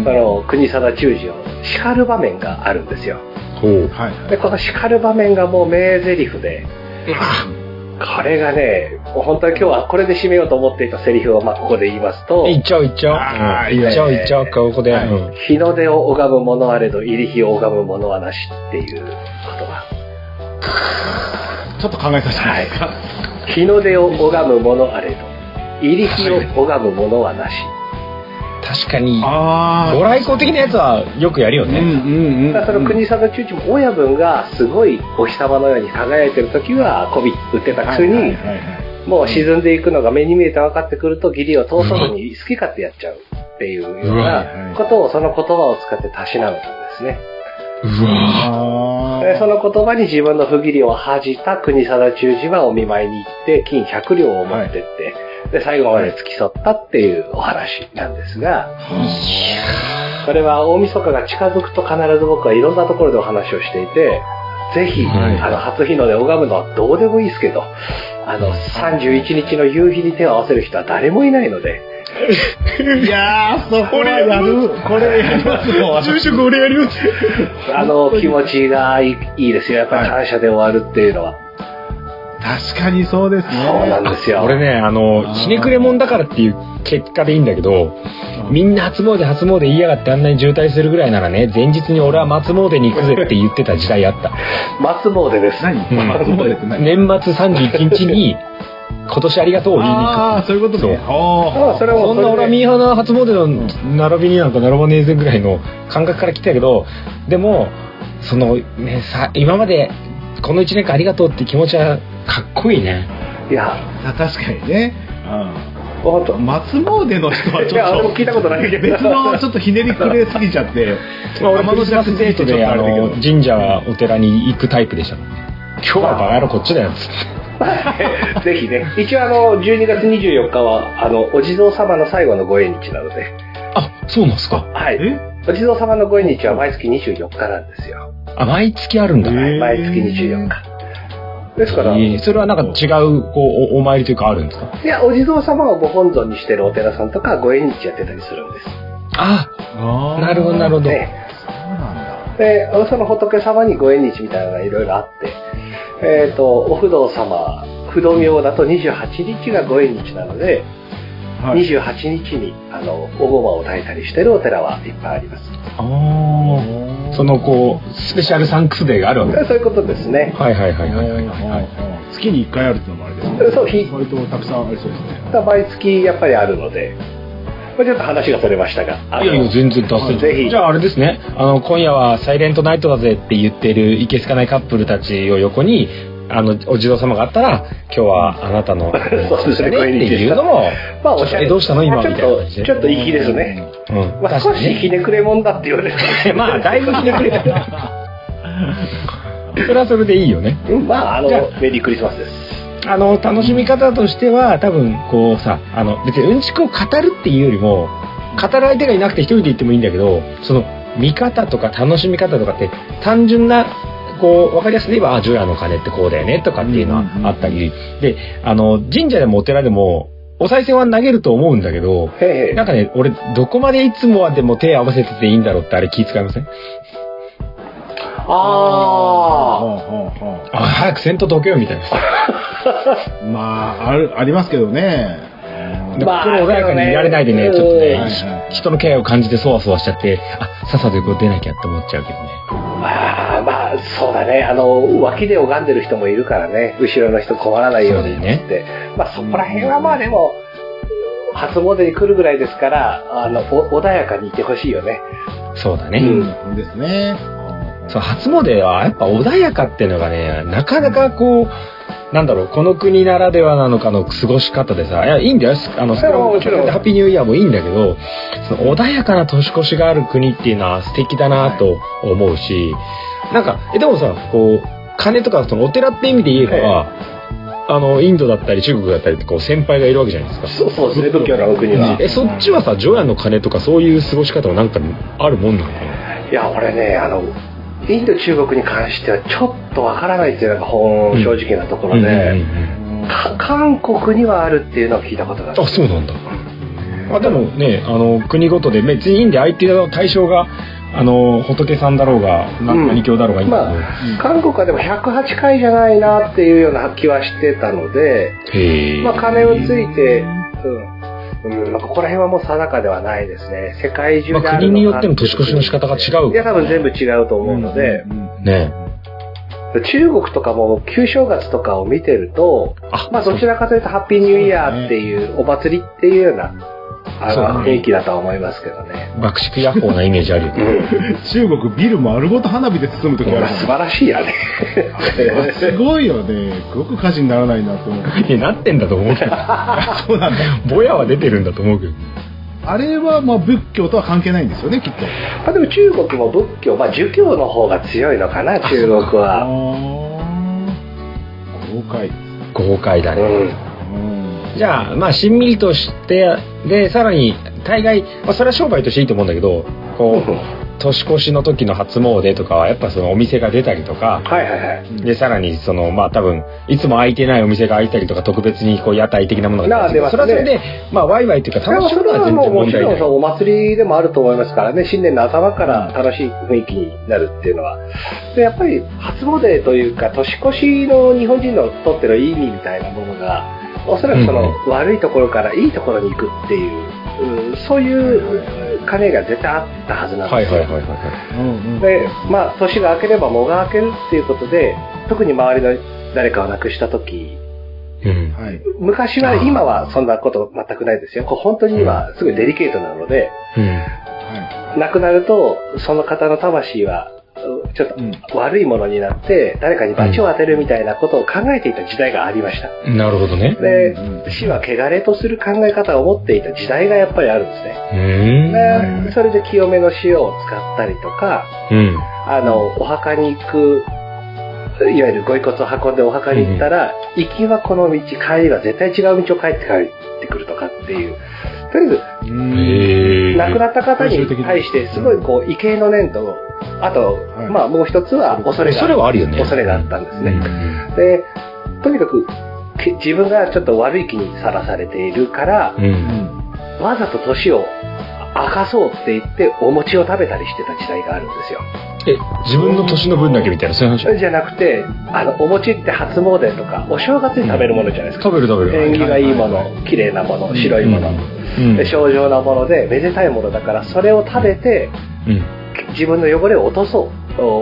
その国定忠治を叱る場面があるんですよ。うん、でこの叱る場面がもう名台詞で、うん、これがね本当に今日はこれで締めようと思っていたセリフをまあここで言いますと、 いっちゃういっちゃう、いっちゃういっちゃうここで、はい、 日の出を拝む者あれど入り日を拝む者はなしっていう言葉。 ちょっと考えさせてもらえますか。はい、 日の出を拝む者あれど入り日を拝む者はなし。 確かにご来光的なやつはよくやるよね。うんうんうん、だからその国定忠治も親分がすごいお日様のように輝いてる時は媚び売ってたくせに、はいはいはいはい、もう沈んでいくのが目に見えて分かってくると義理を通さずに好き勝手やっちゃうっていうようなことをその言葉を使ってたしなむんですね。うわでその言葉に自分の不義理を恥じた国定忠治はお見舞いに行って金ひゃく両を持ってって、はい、で最後まで付き添ったっていうお話なんですが、それは大晦日が近づくと必ず僕はいろんなところでお話をしていて、ぜひ、はい、あの初日の出を拝むのはどうでもいいですけど、あのさんじゅういちにちの夕日に手を合わせる人は誰もいないのでいやー、そこはやる。これやりますもん。 昼食俺やります。 あの気持ちがいい、いいですよ。やっぱり感謝で終わるっていうのは。 確かにそうですね。 そうなんですよ。 俺ね、あのひねくれもんだからっていう結果でいいんだけど、みんな初詣初詣言いやがってあんなに渋滞するぐらいならね、前日に俺は松詣に行くぜって言ってた時代あった。 松詣です。 何？松詣って何？ 年末さんじゅういちにちに今年ありがとうを言いに行く。 ああ、そういうことね。 そう。それもそんな俺はミーハーな初詣の並びになんか並ばねえぜぐらいの感覚から来たけど、でもそのねさ今までこのいちねんかんありがとうって気持ちはかっこいいね。 いや確かにね。うん。本当松詣の人はちょっといや俺も聞いたことないけど別のちょっとひねりくれすぎちゃって。 まあ俺クリスマスデートであの神社お寺に行くタイプでした。今日はバカ野郎こっちだよっつって。 ぜひね。一応あのじゅうにがつにじゅうよっかはあのお地蔵様の最後のご縁日なので。 あ、そうなんですか。 はい。お地蔵様のご縁日は毎月にじゅうよっかなんですよ。 あ、毎月あるんだ。 はい、毎月にじゅうよっか。ですから、えー、それはなんか違うこう お, お参りというかあるんですか。 いや、お地蔵様をご本尊にしてるお寺さんとかご縁日やってたりするんです。 あ、あなるほどなるほど。 ね、そうなんだ。で、その仏様にご縁日みたいなのがいろいろあって。えーと、お不動様、不動明だとにじゅうはちにちがご縁日なので、はい、にじゅうはちにちにあのおごまを炊いたりしてるお寺はいっぱいあります。 ああ、そのこうスペシャルサンクスデーがあるわけです。 そういうことですね。 はいはいはいはいはい、はい、 月にいっかいあるっていうのもあれですね。 そう、 割とたくさんありそうですね。 だ毎月やっぱりあるので。ちょっと話がそれましたが、 いやいや全然脱線。ぜひじゃああれですね、あの今夜はサイレントナイトだぜって言ってるいけすかないカップルたちを横にあのお地蔵様があったら今日はあなたのそうですねっていうのもまあおしゃれどうしたの今みたいな感じでちょっと粋ですね。うん、まあ、少しひねくれもんだって言われるまあだいぶひねくれたそれはそれでいいよね。 まああのメリークリスマスです。 あの楽しみ方としては多分こうさあの別にうんちくを語るっていうよりも語る相手がいなくて一人で言ってもいいんだけどその見方とか楽しみ方とかって単純なこう分かりやすく言えばあ除夜の鐘ってこうだよねとかっていうのはあったり、うんうんうん、であの神社でもお寺でもお賽銭は投げると思うんだけどへへなんかね俺どこまでいつもはでも手合わせてていいんだろうってあれ気遣いません？ あああ早くせんとどけよみたいなまああるありますけどね。 まあ、心穏やかにいられないでね、ちょっとね、人の気配を感じてそわそわしちゃってあさっさと出なきゃって思っちゃうけどね。 まあまあそうだね、あの脇で拝んでる人もいるからね、後ろの人困らないようにって、ね、まあそこら辺はまあでも初詣に来るぐらいですからあの穏やかにいてほしいよね。 そうだね、 うん、ですね。 そう初詣はやっぱ穏やかっていうのがねなかなかこうなんだろうこの国ならではなのかの過ごし方でさいやいいんだよあのスクラムハッピーニューイヤーもいいんだけどその穏やかな年越しがある国っていうのは素敵だなと思うし、はい、なんかえでもさこう金とかそのお寺って意味で言えば、はあのインドだったり中国だったりってこう先輩がいるわけじゃないですか。 そうそうですね、仏教の国は。 えそっちはさ除夜の鐘とかそういう過ごし方はなんかあるもんなのかな。 いや俺ねあのインド中国に関してはちょっとわからないっていうのが本正直なところで、うんうんうんうん、韓国にはあるっていうのを聞いたことがある。 あ、そうなんだ。まあ、でもねあの国ごとで別にいいんで相手の対象があの仏さんだろうが何教だろうがいいんだけど、 うんまあ、韓国はでもひゃくはちかいじゃないなっていうような気はしてたので、 へまあ、鐘をついて、うんうんまあ、ここら辺はもう定かではないですね。世界中であるのか、まあ、 国によっても年越しの仕方が違う。 いや多分全部違うと思うので、 うんうん、ね中国とかも旧正月とかを見てると、あまあ、どちらかというとハッピーニューイヤーっていうお祭りっていうようなあの雰囲気だとは思いますけどね。 爆竹ヤッホーなイメージあるよね。 中国ビル丸ごと花火で包む時ある。 素晴らしいやね。 すごいよね。すごく火事にならないなと思う。 いやなってんだと思うけど。 そうなんだ。 ぼやは出てるんだと思うけど。 あれはまあ仏教とは関係ないんですよねきっと。 あでも中国も仏教、まあ儒教の方が強いのかな中国は。 豪快。 豪快だね。うんじゃあ、まあ、しんみりとして、で、さらに、大概、まあ、それは商売としていいと思うんだけど、こう、年越しの時の初詣とかは、やっぱそのお店が出たりとか、 はいはいはい。 で、さらに、その、まあ、多分、いつも開いてないお店が開いたりとか、特別に、こう、屋台的なものが出たりとか、それはそれで、まあ、ワイワイというか、楽しむのは全然問題ない。 もちろん、お祭りでもあると思いますからね、新年の頭から楽しい雰囲気になるっていうのは。で、やっぱり、初詣というか、年越しの日本人のとっての意味みたいなものが、おそらくその悪いところからいいところに行くっていう、うん、そういう金が絶対あったはずなんですよ。はいはいはいはい。で、まあ年が明ければ藻が明けるっていうことで、特に周りの誰かを亡くした時、うんはい、昔は今はそんなこと全くないですよ。こう本当に今すごいデリケートなので、うんはい、亡くなるとその方の魂はちょっと悪いものになって誰かに罰を当てるみたいなことを考えていた時代がありました。 うん、なるほどね。 で、死は汚れとする考え方を持っていた時代がやっぱりあるんですね。でそれで清めの塩を使ったりとか、うん、あのお墓に行くいわゆるご遺骨を運んでお墓に行ったら、うん、行きはこの道、帰りは絶対違う道を帰って帰ってくるとかっていう。とりあえず、亡くなった方に対してすごいこう畏敬の念と、あと、はい、まあもう一つは恐れが、 それはあるよね。 恐れがあったんですね。うん、で、とにかく自分がちょっと悪い気にさらされているから、うん、わざと年を明かそうって言ってお餅を食べたりしてた時代があるんですよ。 え、自分の年の分だけみたいなそういう話？ じゃなくて、あのお餅って初詣とかお正月に食べるものじゃないですか。 食べる食べる。 縁起がいいもの、綺麗なもの、白いもの、うん、で正常なものでめでたいものだからそれを食べて、うん、自分の汚れを落とそう、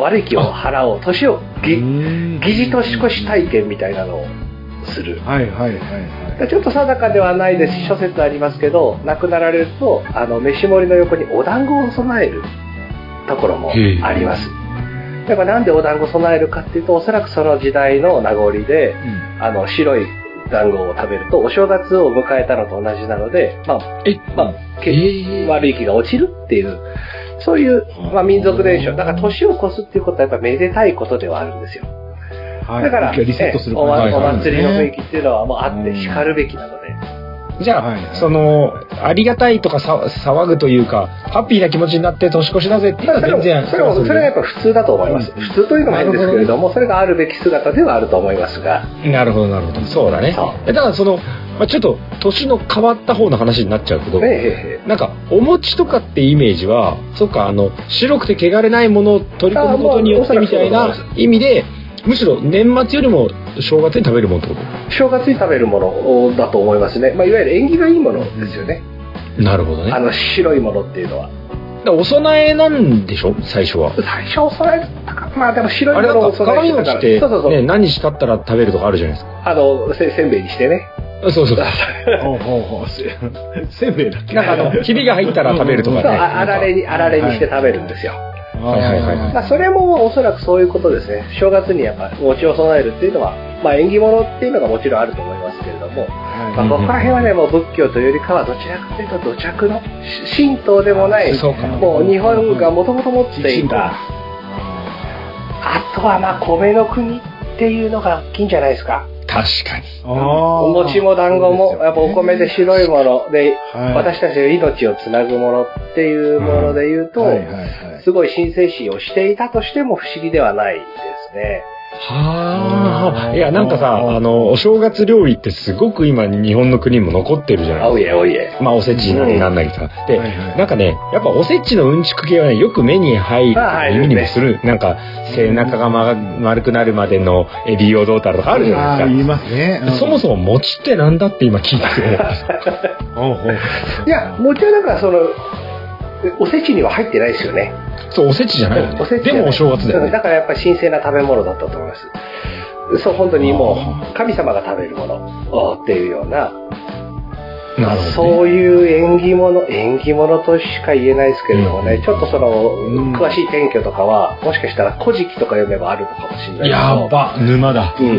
悪い気を払おう、年をぎ疑似年越し体験みたいなのをする。 はいはいはいはい。 ちょっと定かではないですし諸説ありますけど、亡くなられるとあの飯盛りの横にお団子を備えるところもあります。だからなんでお団子備えるかっていうと、おそらくその時代の名残で、うん、あの白い団子を食べるとお正月を迎えたのと同じなので、まあえまあ、え悪い気が落ちるっていうそういう、まあ、民族伝承だから年を越すっていうことはやっぱめでたいことではあるんですよ。はい、だからリセットするお, お祭りの雰囲気っていうのはもうあってしかるべきなので。 じゃあ、はいはい、そのありがたいとかさ騒ぐというかハッピーな気持ちになって年越しだぜっていうのは全然それもそれがやっぱ普通だと思います、うん、普通というのも変ですけれどもそれがあるべき姿ではあると思いますが。 なるほどなるほどそうだね。だからその、まあ、ちょっと年の変わった方の話になっちゃうけど、えー、なんかお餅とかってイメージはそっかあの白くて汚れないものを取り込むことによってみたいな意味でむしろ年末よりも正月に食べるものってこと？ 正月に食べるものだと思いますね。まあ、いわゆる縁起がいいものですよね。 なるほどね。 あの白いものっていうのは。 お供えなんでしょ最初は。 最初お供えだったか。まあでも白いものをお供えしてたから。鏡餅って、ね、そうそうそう何日経ったら食べるとかあるじゃないですか。 あの せ, せんべいにしてね。 そうそうそう。 ほうほうほうせんべいだっけ。 なんかあのひびが入ったら食べるとかね。 そうあられにあられにして食べるんですよ。はいはいはいはいはい、 まあ、それもおそらくそういうことですね。正月にやっぱ餅を備えるっていうのは、まあ、縁起物っていうのがもちろんあると思いますけれども、はいまあ、ここら辺はねもう仏教というよりかはどちらかというと土着の神道でもないもう日本がもともと持っていた、あとはまあ米の国っていうのが大きいんじゃないですか。 確かに。 お餅も団子も、やっぱお米で白いもので、はい、私たちの命をつなぐものっていうもので言うと、すごい神聖視をしていたとしても不思議ではないですね。 はあ。いや、なんかさ、あの、お正月料理ってすごく今日本の国にも残ってるじゃないですか。 おいえおいえ。 まあ、おせちなりなんなりさ。で、はいはい、なんかね、やっぱおせちのうんちく系はね、よく目に入る、耳にもする。なんか、背中が丸くなるまでのエビをどうたらとかあるじゃないですか。 言いますね。 うん、そもそも餅ってなんだって今聞いてる。 いや、餅はなんかその、おせちには入ってないですよね。 そう、おせちじゃないよね。おせちでもお正月だよね。 だからやっぱり神聖な食べ物だったと思います。そう、本当にもう神様が食べるものっていうような、なるほどね、そういう縁起物、縁起物としか言えないですけれどもね、うん、ちょっとその、うん、詳しい転居とかは、もしかしたら古事記とか読めばあるのかもしれないけど。 やば、沼だ。 うん、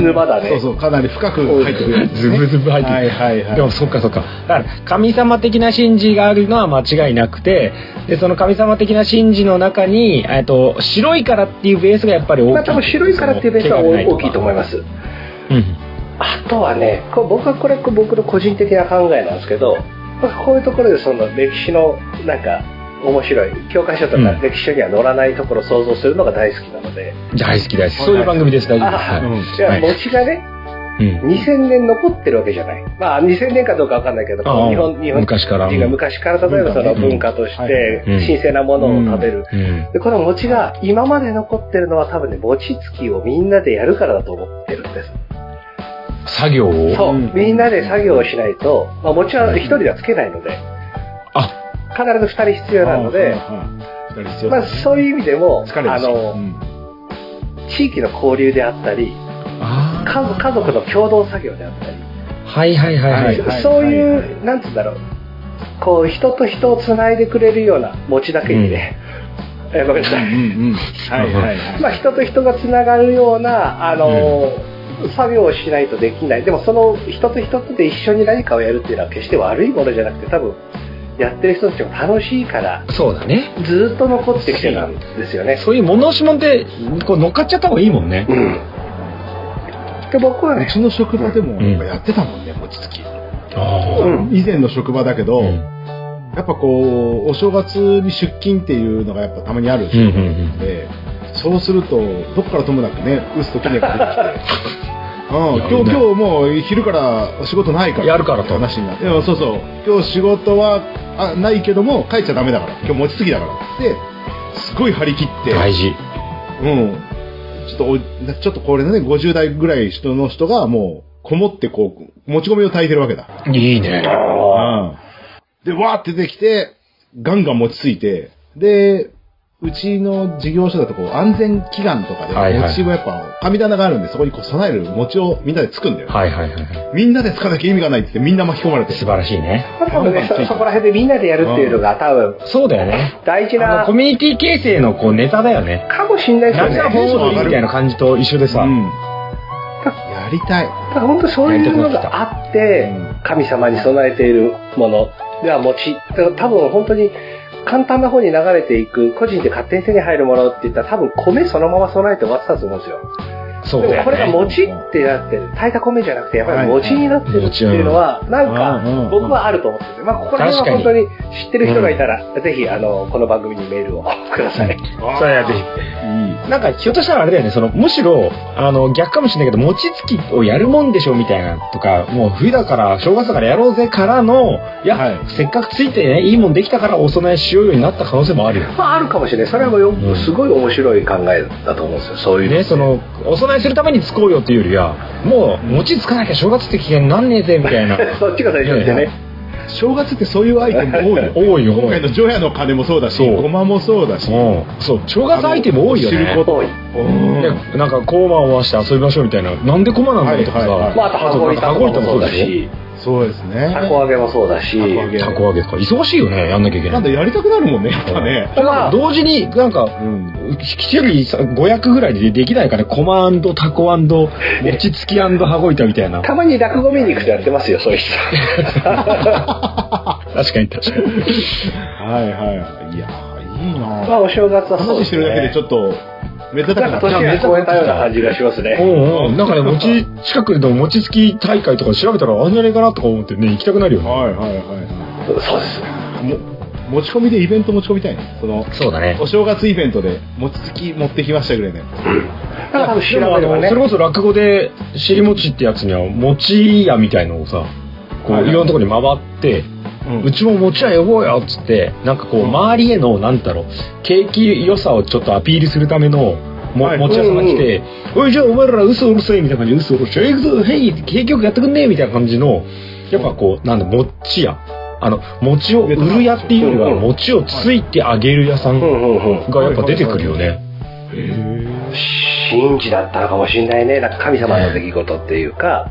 沼だね。 そうそう、かなり深く入ってくる、ね。 ズブズブ入ってくる。はいはいはい。でもそっかそっか。だから、神様的な神事があるのは間違いなくて、で、その神様的な神事の中に、えっと、白いからっていうベースがやっぱり大きい。 まあ多分白いからっていうベースは大きいと思います。うん。あとはね、こ僕はこれ僕の個人的な考えなんですけど、こういうところでその歴史のなんか面白い教科書とか歴史書には載らないところを想像するのが大好きなので、 うん、大好き大好き、そういう番組です。大丈夫です。 あ、うん、いや、餅がね、うん、にせんねん残ってるわけじゃない。まあにせんねんかどうかわかんないけど、日本日本昔から人が昔から例えばその文化として神聖なものを食べる。うんうん、でこの餅が今まで残ってるのは多分ね、餅つきをみんなでやるからだと思ってるんです。 作業をそう、みんなで作業をしないと、まあ、もちろん一人ではつけないので、あ、必ず二人必要なので、まあ、そういう意味でも、あの、うん、地域の交流であったり、あ家, 家族の共同作業であったり、 はいはいはいはい、はい、 そういう、なんつうんだろう、こう人と人をつないでくれるような餅だけにね、うん、えごめんなさい、うんうん、はいはいはい、まあ人と人がつながるようなあの、うん作業をしないとできない。でもその人と人とで一緒に何かをやるっていうのは決して悪いものじゃなくて、多分やってる人たちも楽しいから、 そうだね、 ずっと残ってきてたんですよね。 そういう物押しもんってこう乗っかっちゃった方がいいもんね。うん、 で僕は、ね、うちの職場でもやってたもんね、うん、餅つき。あ、うん、以前の職場だけど、うん、やっぱこうお正月に出勤っていうのがやっぱたまにあるんで、うんうんうん、そうするとどこからともなくね、うすときねが出てきて。うん、今日今日もう昼から仕事ないからやるからと話になって、そうそう、今日仕事はあないけども帰っちゃダメだから今日餅つきだからですごい張り切って大事、 うん、ちょっとちょっとこれねごじゅう代ぐらい人の人がもうこもってこうもち米を炊いてるわけだ。 いいね。 うん、でわーって出てきてガンガン餅ついて、でうちの事業所だとこう安全祈願とかで、はいはい、餅もやっぱ神棚があるんでそこにこう備える餅をみんなでつくんだよ、ね。はいはいはい。みんなでつかなきゃ意味がないって言ってみんな巻き込まれて。 素晴らしいね。 多分ね、そ, そこら辺でみんなでやるっていうのが多分、 うん、そうだよね。 大事なコミュニティ形成のこうネタだよね。 かもしんないですよね。 なんか本をみたいな感じと一緒でさ。うん、 やりたい。だから本当そういうのがあって、神様に備えているものでは餅。だから多分本当に。簡単な方に流れていく、個人で勝手に手に入るものって言ったら多分米そのまま備えて終わってたと思うんですよ。そうだよね。でもこれが餅ってなってる、炊いた米じゃなくてやっぱり餅になってるっていうのは、なんか僕はあると思ってて、まあここら辺は本当に知ってる人がいたら、ぜひあのこの番組にメールをください。 それはぜひ。なんかひょっとしたらあれだよね、そのむしろあの逆かもしれないけど、餅つきをやるもんでしょみたいなとか、もう冬だから正月だからやろうぜからの、いや、はい、せっかくついてねいいもんできたからお供えしようようになった可能性もあるよ。 まああるかもしれない。それはもうよ、うん、すごい面白い考えだと思うんですよ。そういうね、そのお供えするためにつこうよっていうよりは、もう餅つかなきゃ正月って危険なんねえぜみたいな。 そっちが最初ですよね。 正月ってそういうアイテム多いよ。 多いよ。 今回の除夜の鐘もそうだし、ごまもそうだし、 そう、正月アイテム多いよね。 知ること多い。 なんかコマを回して遊びましょうみたいな。なんでコマなんだろうとかさ。 まああと羽子板もそうだし。 そうですね。 たこ揚げもそうだし。 たこ揚げとか忙しいよね、やんなきゃいけない。 なんだやりたくなるもんね、やっぱね。 まあ同時になんか一人ごひゃくぐらいでできないかね。コマ&タコ&餅つき&羽子板みたいな。 たまに落語見に行くとやってますよ、そういう人。 確かに確かに。 はいはい。いやいいな。 まあお正月は話してるだけでちょっとめでたくなった。 年が超えたような感じがしますね。 うんうん。なんかね、餅、近くでも餅つき大会とか調べたらあんじゃねえかなとか思ってね、行きたくなるよね。 はいはいはい。 そうですね。 持ち込みでイベント持ち込みたいね。その、 そうだね。 お正月イベントで餅つき持ってきましたぐらいね。 うん。だから多分調べればね。 それこそ落語で尻餅ってやつには餅屋みたいのをさ、こういろんなところに回って、うん、うちも餅屋呼ぼうよっつって、なんかこう周りへのなんだろう、景気良さをちょっとアピールするためのも、はい、餅屋さんが来て、うんうん、おいじゃあお前ら嘘うるせえみたいな感じで嘘うるせえ、行くぞ、へい、景気よくやってくんねえみたいな感じの、やっぱこうなんだ餅屋。あの餅を売る屋っていうよりは餅をついてあげる屋さんがやっぱ出てくるよね。 神事だったのかもしれないね。なんか神様の出来事っていうか、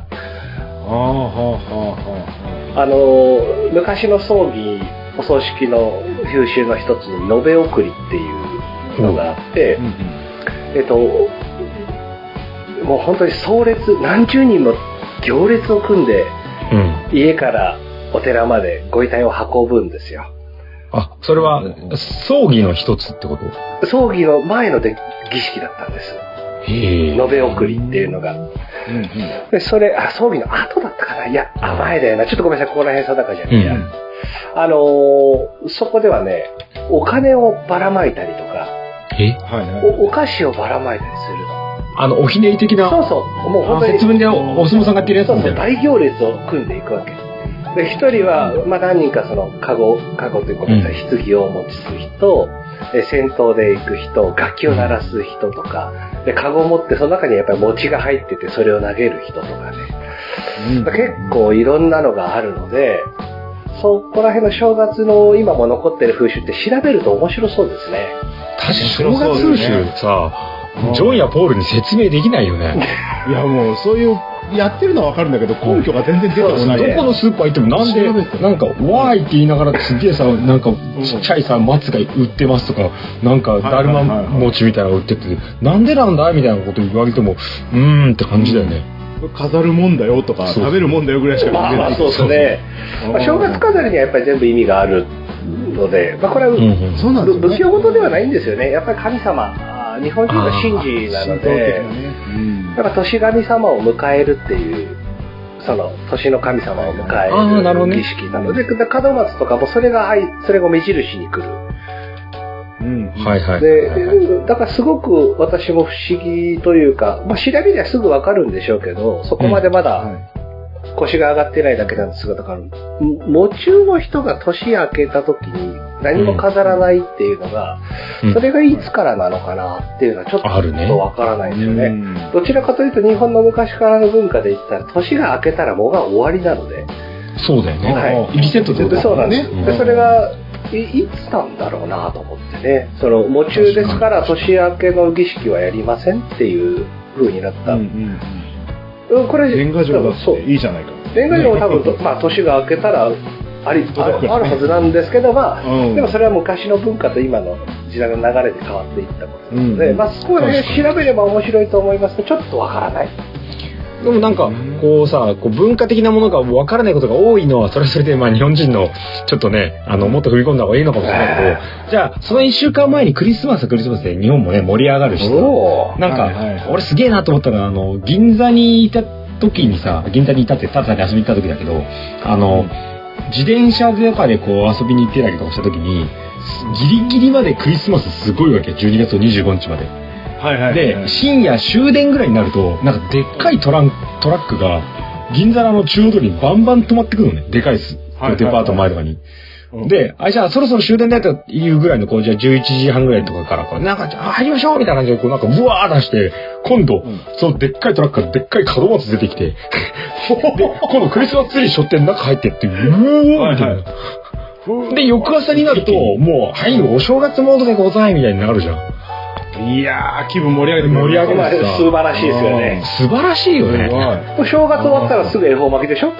あの昔の葬儀お葬式の風習の一つに延べ送りっていうのがあって、うんうん、えっともう本当に葬列何十人も行列を組んで、うん、家からお寺までご遺体を運ぶんですよ。 あ、それは葬儀の一つってこと？ 葬儀の前ので儀式だったんです。 へ延べ送りっていうのが。うんうん、でそれあ葬儀の後だったかな。いや前だよな。ちょっとごめんなさい、ここら辺定かじゃねえや、うん、あのー、そこではねお金をばらまいたりとか、 え、 お, お菓子をばらまいたりするの。 あのおひねり的な。 そうそう。もう本当に節分で お, お相撲さんがやってるやつみたいな。 そうそう、大行列を組んでいくわけ。で一人は、まあ、何人かそのカゴカゴというか、棺を持ちす人、で先頭で行く人、楽器を鳴らす人とか、でカゴを持ってその中にやっぱり餅が入っててそれを投げる人とかね、うん、結構いろんなのがあるので、そこら辺の正月の今も残ってる風習って調べると面白そうですね。 確かに正月風習さ、ジョンやポールに説明できないよね。 いやもうそういうやってるのはわかるんだけど根拠が全然出てこない、ね、 どこのスーパー行ってもなんでなんかワーイって言いながらすげえさなんかちっちゃいさ松が売ってますとかなんかだるま餅みたいなの売っててなんでなんだみたいなこと言われてもうーんって感じだよね。 飾るもんだよとか食べるもんだよぐらいしか言えない。 まあそうですね。まあ、正月飾りにはやっぱり全部意味があるので、まあ、これは、うんうん、そうなんですね、仏教事ではないんですよね。やっぱり神様日本人の神事なので、ね、うん、やっぱ年神様を迎えるっていうその年の神様を迎える儀式なので、門松とかもそれがそれが目印に来る。 うん、はいはい。 で、だからすごく私も不思議というか、まあ、調べりゃすぐわかるんでしょうけど、そこまでまだ腰が上がってないだけなんですが、だから喪中の人が年明けた時に何も飾らないっていうのが、うん、それがいつからなのかなっていうのはちょっとわからないんですよね。ね、どちらかというと日本の昔からの文化で言ったら年が明けたらもうが終わりなので。 そうだよね。はい。リセットってことだよね。 そうなんです。うん、でそれがい, いつなんだろうなと思ってね。その喪中ですから年明けの儀式はやりませんっていう風になった。うんうん、これ年賀状だっていいじゃないか。 年賀状は多分、まあ、年が明けたらあり あ, るあるはずなんですけど、まあ、うん、でもそれは昔の文化と今の時代の流れで変わっていったことなので、うんまあ、そこら辺調べれば面白いと思いますけどちょっとわからない。 でもなんかこうさこう文化的なものがわからないことが多いのはそれはそれでまあ日本人のちょっとねあのもっと踏み込んだ方がいいのかもしれないけど、えー、じゃあそのいっしゅうかんまえにクリスマスクリスマスで日本もね盛り上がるしなんか、はいはいはい、俺すげえなと思ったのはあの銀座にいた時にさ銀座にいたってただに遊びに行った時だけどあの、うん、自転車とかでこう遊びに行ってたりとかした時にギリギリまでクリスマスすごいわけじゅうにがつのにじゅうごにちまで。はいはいはいはい、で深夜終電ぐらいになるとなんかでっかいトラントラックが銀座の中央通りにバンバン止まってくるのねでかいです、はいはいはい、デパート前とかに、うん、であじゃあそろそろ終電だというぐらいのこうじゃあじゅういちじはんぐらいとかからこうなんかあ入りましょうみたいな感じでこうなんかブワー出して今度、うん、そのでっかいトラックからでっかい門松出てきてで今度クリスマスツリー背負って中入ってってうーみたいな、はいはい、で翌朝になるともうはいお正月モードでございみたいになるじゃん。 いやー気分盛り上げて盛り上げます素晴らしいですよね。 素晴らしいよね。 正月終わったらすぐ恵方巻きでしょ。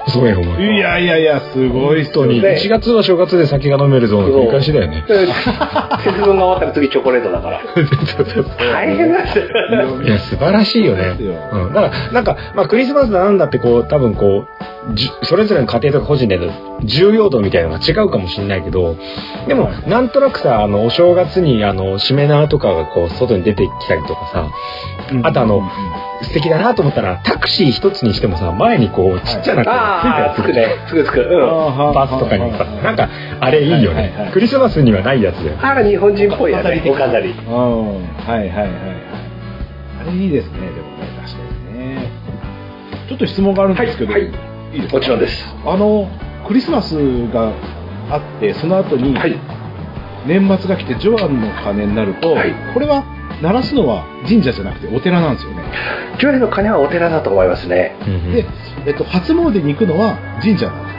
そうや、お前。 いやいやいや、すごいっすよね。 本当に。いちがつは正月で酒が飲めるぞの繰り返しだよね。 節分が終わったら次チョコレートだから。大変なんですよ。 いや、素晴らしいよね。うん。だから、なんか、まあ、クリスマスだなんだってこう、多分こう、じそれぞれの家庭とか個人での重要度みたいなのが違うかもしれないけど、でも、なんとなくさ、あの、お正月に、あの、しめ縄とかがこう、外に出てきたりとかさ、あとあの、素敵だなと思ったら、タクシー一つにしてもさ、前にこう、ちっちゃな、 ああ、つくね。つくつく。うん。 バスとかにさ、なんか、あれいいよね。クリスマスにはないやつだよ。 あら、日本人っぽいやね。お飾り。 うん。はいはいはいはい。あれいいですね、でもね、確かにね。ちょっと質問があるんですけど、いいですか？ もちろんです。 あの、クリスマスがあって、その後に、年末が来て、除暗の鐘になると、これは、鳴らすのは神社じゃなくてお寺なんですよね。 除夜の鐘はお寺だと思いますね。 で、えっと、初詣に行くのは神社なんです。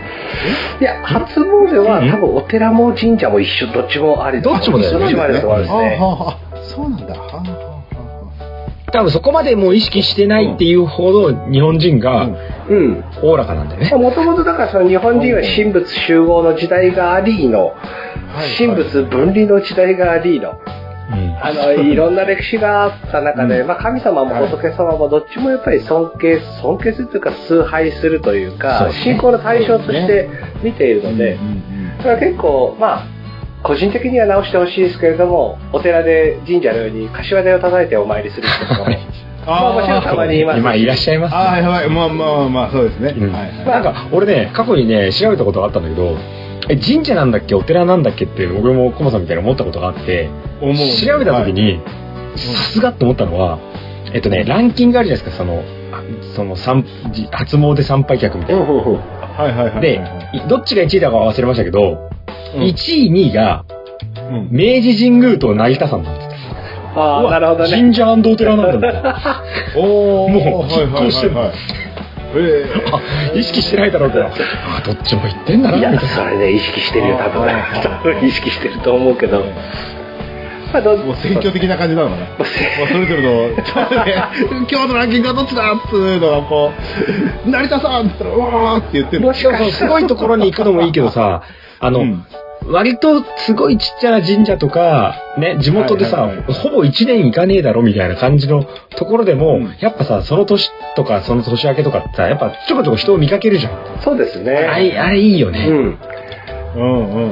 いや、初詣は多分お寺も神社も一緒、どっちもありどっちもだよね。 どっちもありだと思いますね。 ああ、そうなんだ。 多分そこまでもう意識してないっていうほど日本人がおおらかなんだよね。 もともとだからその日本人は神仏集合の時代がありの、神仏分離の時代がありの、うん、あのいろんな歴史があった中で、うん、まあ、神様も仏様もどっちもやっぱり尊敬尊敬するというか崇拝するというか、ね、信仰の対象として見ているので、だから結構まあ個人的には直してほしいですけれども、お寺で神社のように柏手を叩いてお参りする人とかもまあもちろんたまにいます。 今いらっしゃいます、ね。 ああ、はい、まあまあまあそうですね。うん、はい、 なんか俺ね過去にね調べたことがあったんだけど。え神社なんだっけお寺なんだっけって俺もコマさんみたいに思ったことがあって調べた時にさすがって思ったのはえっとねランキングあるじゃないですかそのその初詣参拝客みたいなでどっちがいちいだか忘れましたけど、うん、いちいにいが明治神宮と成田山なんです。 ああなるほどね。 神社&お寺なんだおおもう拮抗してる、はいはいはいえー、あ意識してないだろうけどあどっちも言ってんだなみたいな。いやそれね意識してるよ多分多分意識してると思うけど、 まあ、どもう選挙的な感じなのかなもうそれぞれの今日のランキングはどっちだっていうのがこう成田さんって言ったらうわーって言ってる。 もしかしてすごいところに行くのもいいけどさあの、うん割とすごいちっちゃな神社とかね地元でさ、はいはいはい、ほぼいちねん行かねえだろみたいな感じのところでも、うん、やっぱさその年とかその年明けとかってさやっぱちょこちょこ人を見かけるじゃん。 そうですね。 あれあれいいよね。 うんうんうんうんうん。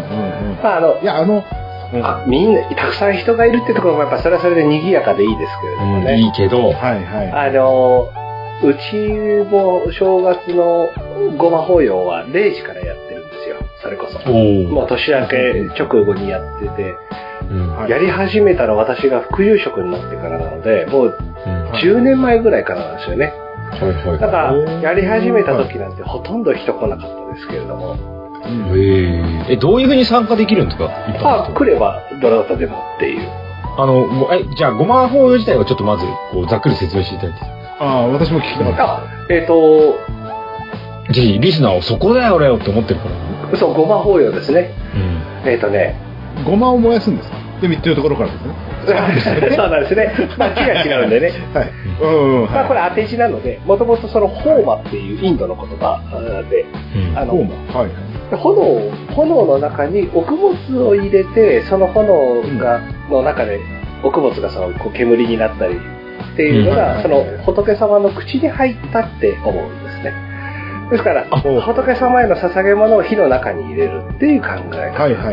まああのいやあの、 うん、あみんなたくさん人がいるってところもやっぱそれはそれで賑やかでいいですけれどもね。 うん、いいけど、 はいはい。 あのうちも正月のごま法要はれいじからやってるんですよ。それこそもう年明け直後にやってて、うん、やり始めたの私が副住職になってからなのでもうじゅうねんまえぐらいからなんですよね、うん、だからやり始めた時なんてほとんど人来なかったですけれども、 うん、えどういうふうに参加できるんですか？ あ来ればどなたでもっていうあのえじゃあごま法要自体はちょっとまずこうざっくり説明していただいて。 ああ私も聞きたかった。 えっ、ー、とぜひリスナーをそこだよ俺よって思ってるからそうごま法要ですね、うん、えっ、ー、とねごまを燃やすんですかで言ってるところからですねそうなんですねまあ字が違うんでねはい、うんまあ、これ当て字なのでもともとそのホーマっていうインドの言葉で、うん、あのホーマ、はい、炎炎の中に穀物を入れてその炎が、うん、の中で穀物がそのこう煙になったりっていうのが、うん、その仏様の口に入ったって思うんですね。ですから仏様への捧げ物を火の中に入れるっていう考え方。 はいはいはい。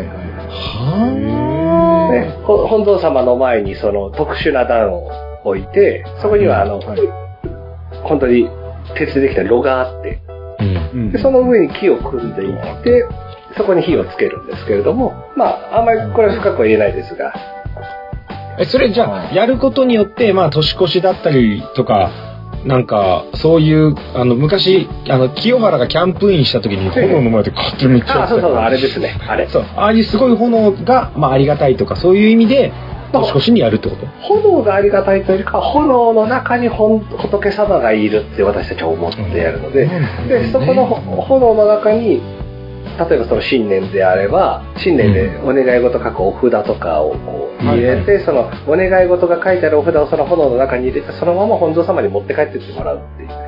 はね、本尊様の前にその特殊な壇を置いて、そこにはあの、はい、本当に鉄でできた炉があって、うん、でその上に木を組んでいって、そこに火をつけるんですけれども、まああんまりこれは深くは言えないですが。 えそれじゃあやることによってまあ年越しだったりとかなんかそういうあの昔あの清原がキャンプインした時に炎の前で勝手にめっちゃあそうそうあれですねあれそうああいうすごい炎がまあありがたいとかそういう意味で年越しにやるってこと？ 炎がありがたいというか炎の中に本仏様がいるって私たちは思ってやるので、うん、でそこの炎の中に例えばその新年であれば新年でお願い事書くお札とかをこう入れて、うん、そのお願い事が書いてあるお札をその炎の中に入れてそのまま本尊様に持って帰ってってもらうっていう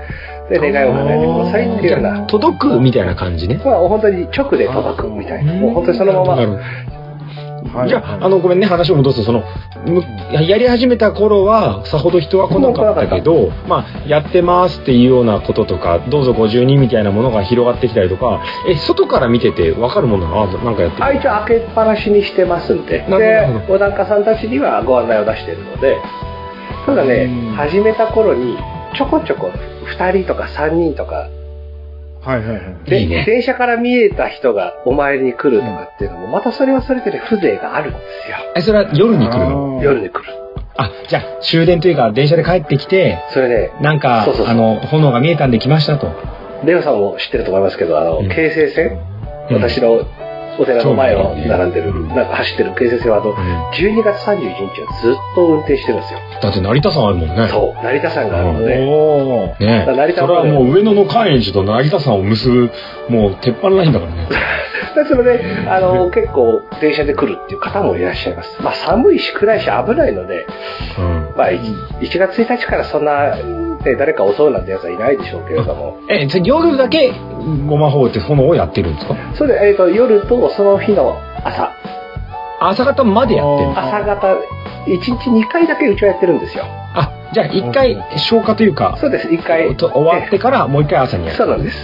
で願いを叶えてくださいっていうような。 届くみたいな感じね。 まあ本当に直で届くみたいな。もう本当にそのまま。 はい、じゃあ、あの、ごめんね、話を戻すと、その、やり始めた頃は、さほど人は来なかったけど、まあ、やってますっていうようなこととか、どうぞごじゅうにんみたいなものが広がってきたりとか、え、外から見てて分かるものなの？なんかやってる？ あ、一応開けっぱなしにしてますんで、で、お檀家さんたちにはご案内を出しているので、ただね、始めた頃に、ちょこちょこふたりとかさんにんとか、 はいはいはい。 で、いいね、電車から見えた人がお参りに来るとかっていうのも、またそれはそれでね、風情があるんですよ。 え、それは夜に来るの？ 夜に来る。 あ、じゃあ、終電というか、電車で帰ってきて、 それね、 なんか、そうそうそう、あの、炎が見えたんで来ましたと。 レオさんも知ってると思いますけど、あの、うん、京成線、うん、私のお寺の前を並んでる、うん、なんか走ってる京成線は、あの、じゅうにがつさんじゅういちにちはずっと運転してるんですよ。 だって成田山あるもんね。 そう、成田山があるので。 おー。ね、成田それはもう上野の関越と成田山を結ぶ、もう鉄板ラインだからね。 ですので、あの、結構電車で来るっていう方もいらっしゃいます。まあ寒いし暗いし危ないので、うん、まあいちがつついたちからそんな、ね、誰か襲うなんてやつはいないでしょうけれども。 え、じゃ夜だけごま法って炎をやってるんですか？ そうで、えっと、夜とその日の朝。 朝方までやってるんですか？ 朝方、いちにちにかいだけうちはやってるんですよ。 あ、じゃあいっかい消化というか。 そうです、いっかい。 終わってからもういっかい朝にやる。 そうなんです。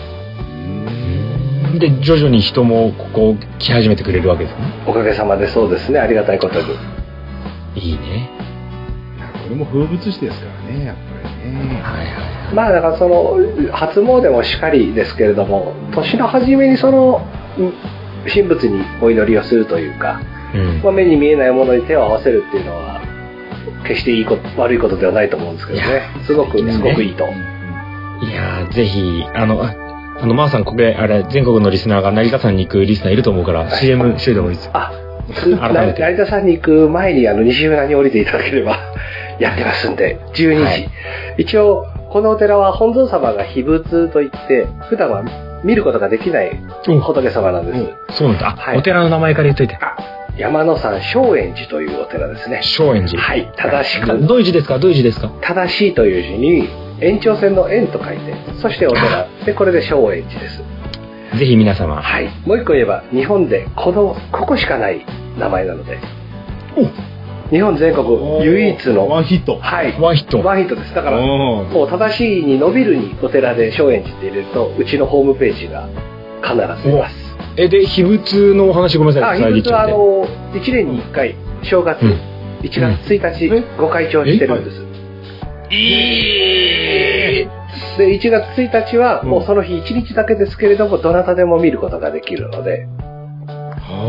で徐々に人もここ来始めてくれるわけですね。 おかげさまでそうですね、ありがたいことに。 いいね。 これも風物詩ですからね、やっぱりね。 はいはい。まあだからその初詣もしかりですけれども、年の初めにその神仏にお祈りをするというか、うん、まあ、目に見えないものに手を合わせるっていうのは決していいこと悪いことではないと思うんですけどね。すごくすごくいいと。 いやーぜひあの。あの、まーさん、これ、あれ、全国のリスナーが成田山に行くリスナーいると思うから、はい、シーエム しといた方がいいですよ。 あ、成田山に行く前に、あの、西浦に降りていただければ、やってますんで、じゅうにじ。はい、一応、このお寺は本尊様が秘仏といって、普段は見ることができない仏様なんです。 そうなんだ。はい、お寺の名前から言っといて。 あ、山野山正円寺というお寺ですね。 正円寺。 はい、正しく。 どういう字ですか？どういう字ですか？ 正しいという字に、延長線の円と書いて、そしてお寺で、これで正円寺です。 ぜひ皆様。 はい。もう一個言えば、日本でこのここしかない名前なので。日本全国唯一のワンヒット。 はい。 ワンヒット。 ワンヒットです。だからもう正しいに伸びるにお寺で正円寺って入れると、うちのホームページが必ず出ます。 えで秘仏のお話ごめんなさい。 あ、秘仏はあのいちねんにいっかい正月、うん、いちがつついたち、うん、ご開帳してるんです。えー、でいちがつついたちはもうその日いちにちだけですけれども、どなたでも見ることができるので、 はい、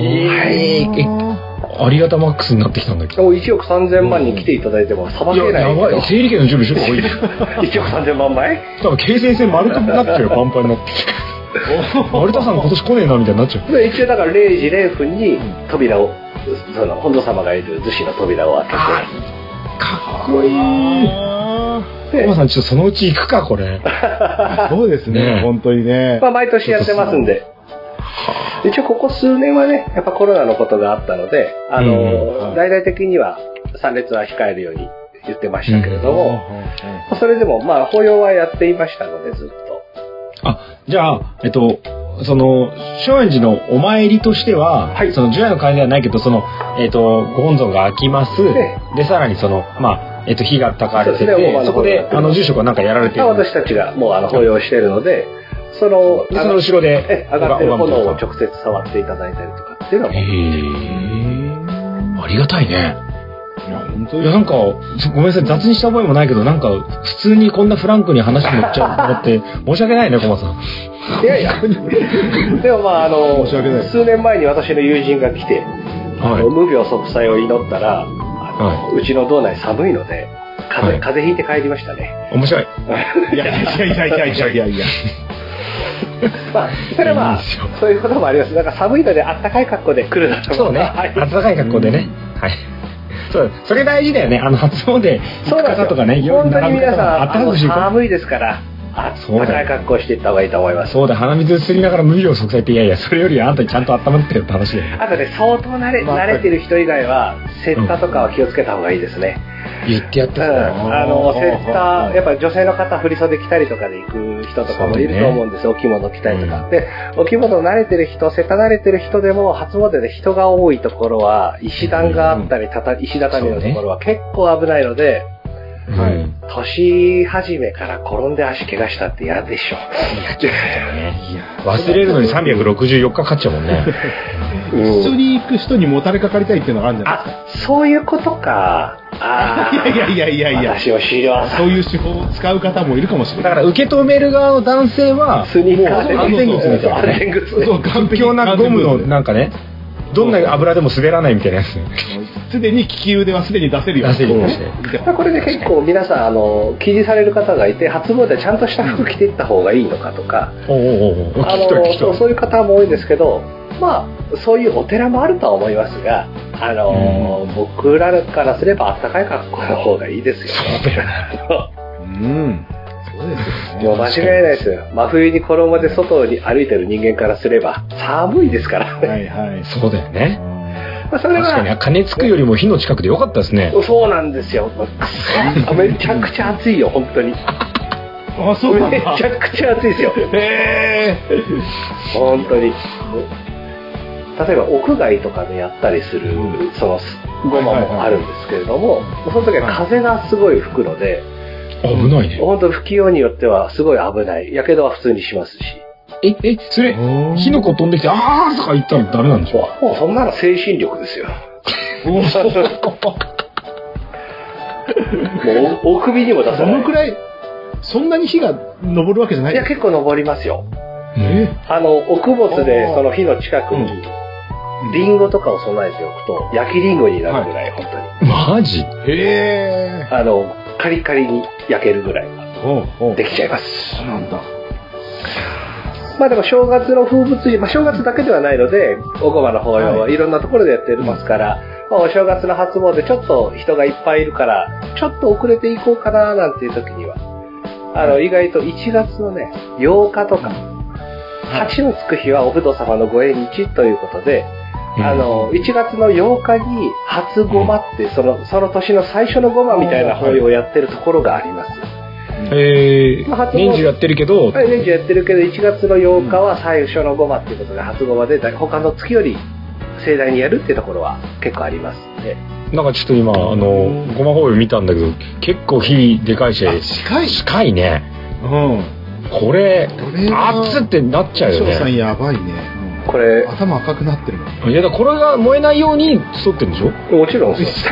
えありがたマックスになってきたんだけど、 もういちおくさんぜんまんに来ていただいてもさばけない。いややばい、整理券の準備しといた方がいいいちおくさんぜんまん枚多分京成線丸くなっちゃうよ、パンパンになって丸田さん今年来ねえなみたいになっちゃう。 で一応だかられいじれいふんに扉を、その本堂様がいる逗子の扉を開けて、 かっこいい。小山さんちょっとそのうち行くかこれ。 そうですね、ね、本当にね。 まあ毎年やってますんで。一応ここ数年はね、やっぱコロナのことがあったので、あの、うん、大々的には参列は控えるように言ってましたけれども、うん、それでもまあ法要はやっていましたのでずっと。 あ、じゃあえっとその正円寺のお参りとしては、はい、その従来の会ではないけど、そのえっとご本尊が開きます。で、でさらにそのまあ。えっと、火がたかれてて、 そ, ね、そこであの住職が何かやられてる。 私たちがもうあの法要しているので、そのその後ろで上がってる炎を直接触っていただいたりとかっていうのも。へー、ありがたいね。いや本当に。いやなんかごめんなさい、雑にした覚えもないけど、なんか普通にこんなフランクに話に乗っちゃうのって申し訳ないね、コマさん。 いやいや。でもまああの数年前に私の友人が来て、はい、無病息災を祈ったら。はい、うちの道内寒いので風、はい、風邪ひいて帰りましたね。 面白い。 いやいやいやいやいやいやいやいや。 まあそれはまあそういうこともあります。なんか寒いのであったかい格好で来るなと。 そうね。はい、あったかい格好でね。はい。そう、それ大事だよね。あの初詣行く方とかね、 本当に皆さんあったかく寒いですから。 あったかい格好していった方がいいと思います。 そうだ、鼻水吸いながら無病息災って、いやいや、それよりあんたにちゃんと温まってるって話で。 あとね、相当慣れ、慣れてる人以外は、セッターとかは気をつけた方がいいですね。 言ってやってうん、あの、セッター、やっぱり女性の方、振り袖着たりとかで行く人とかもいると思うんですよ。お着物着たりとか。で、お着物慣れてる人、セッター慣れてる人でも、初詣で人が多いところは、石段があったり、たた石畳のところは結構危ないので、はい、年始めから転んで足怪我したって嫌でしょ。 忘れるのにさんびゃくろくじゅうよっかかかっちゃうもんね。 一緒に行く人にもたれかかりたいっていうのがあるんじゃないですか。 あ、そういうことか。あいやいやいやいやいや。 私を知りません。 そういう手法を使う方もいるかもしれない。 だから受け止める側の男性は、 スニーカーで安全靴みたいな。 安全靴。 そう、完璧なゴムのなんかね。どんな油でも滑らないみたいなやつ。 すでに利き腕はすでに出せるように。出せるようにして。 これで結構皆さん、あの、気にされる方がいて、初詣ちゃんとした服着ていった方がいいのかとか、あの、そういう方も多いんですけど、まあ、そういうお寺もあるとは思いますが、あの、僕らからすればあったかい格好の方がいいですよね。 うん。そうですよね。 もう間違いないですよ。真冬に衣で外に歩いてる人間からすれば寒いですから。 はいはい。 そうだよね。 まあそれは確かに金つくよりも火の近くでよかったですね。 そうなんですよ。めちゃくちゃ暑いよ本当に。 あ、そうなんだ。 めちゃくちゃ暑いですよ。へー。本当に。例えば屋外とかでやったりするそのゴマもあるんですけれども、その時は風がすごい吹くので。 危ないね。 本当吹きようによってはすごい危ない。やけどは普通にしますし。 え、え、それ、火の粉飛んできて、あーとか言ったらダメなんでしょ？ もうそんなの精神力ですよ。もう、お首にも出さない。 どのくらい、そんなに火が昇るわけじゃない？ いや、結構昇りますよ。 えあの、奥物でその火の近くに、リンゴとかを備えておくと、焼きリンゴになるぐらい、本当に。 マジ？ へー。 あの、カリカリに焼けるぐらいできちゃいます。 そうなんだ。 まあでも正月の風物詩、まあ正月だけではないので、おごまの法要はいろんなところでやってますから、まあ、お正月の初詣ちょっと人がいっぱいいるから、ちょっと遅れていこうかななんていう時には、あの、意外といちがつのね、ようかとか、はちのつく日はお不動様のご縁日ということで、あの、いちがつのようかに初ごまって、その、その年の最初のごまみたいな法要をやってるところがあります。 えー、まあ、年中やってるけど、 はい、年中やってるけど、いちがつのようかは最初のごまっていうことで、初ごまで、他の月より盛大にやるっていうところは結構ありますね。 なんかちょっと今、あの、ごま法要見たんだけど、結構火でかいし、 近い近いね。 うん。 これ、熱ってなっちゃうよね。 翔さんやばいね。 これ頭赤くなってるもん。 いやだこれが燃えないように沿ってるんでしょ？ もちろん。すいま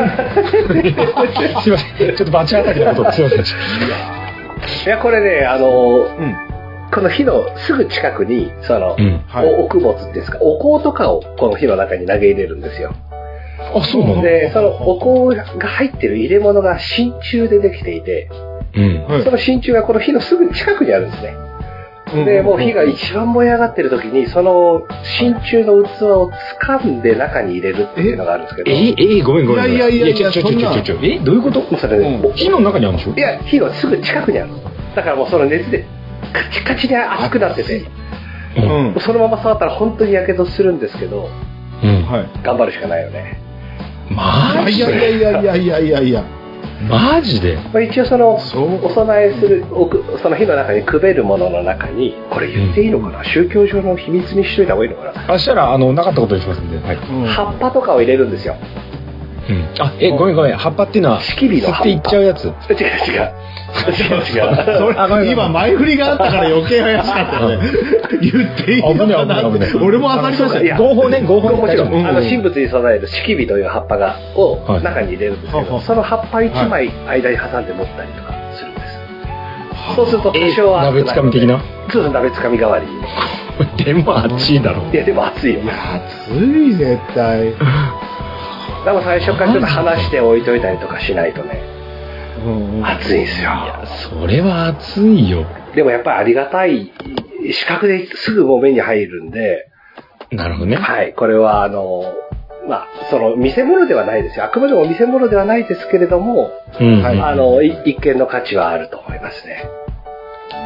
せん。ちょっとバチ当たりなことすいません。いやこれねあの、うん、この火のすぐ近くにその、うんはい、奥物っていうんですかお香とかをこの火の中に投げ入れるんですよ。 あそうなの？ でそのお香が入ってる入れ物が真鍮でできていて、うんはい、その真鍮がこの火のすぐ近くにあるんですね。で、もう火が一番燃え上がってる時に、その真鍮の器を掴んで中に入れるっていうのがあるんですけど。 えええごめんごめん。 いやいやいやいや、 ちょちょちょちょちょ。えどういうこと？ もうそれね、 うん、火の中にあるんでしょ？ いや、火のすぐ近くにある。だからもうその熱でカチカチに熱くなってて、うん、そのまま触ったら本当に火傷するんですけど、うん、頑張るしかないよね。 マジで？ いやいやいやいやいやいや。 マジで？ まあ、一応そのお供えするその火の中にくべるものの中にこれ言っていいのかな、うん、宗教上の秘密にしといた方がいいのかな。 あしたらあのなかったことにしますんで、はいうん、 葉っぱとかを入れるんですよ。 うん、あえごめんごめん葉っぱっていうのはシキビの葉っぱ吸っていっちゃうやつ。 違う違う違う違う今前振りがあったから余計怪しかったよね。言っていいのかなって。俺も当たりましたよ。 合法ね合法もちろん、うん、あの神仏に備えるシキビという葉っぱがを中に入れるんですけど、はい、その葉っぱいちまい間に挟んで持ったりとかするんです、はい、そうすると多少は鍋つかみ的な。 そうです鍋つかみ代わりに。 でも熱いだろ。 いやでも熱いよ。 いや熱い絶対。 でも最初からちょっと離して置いといたりとかしないとね、うん、熱いんですよ。いやそれは熱いよ。 でもやっぱりありがたい視覚ですぐもう目に入るんで。 なるほどね。 はい、これはあのまあその見せ物ではないですよ。あくまでも見せ物ではないですけれども、うんはい、あの一見の価値はあると思いますね。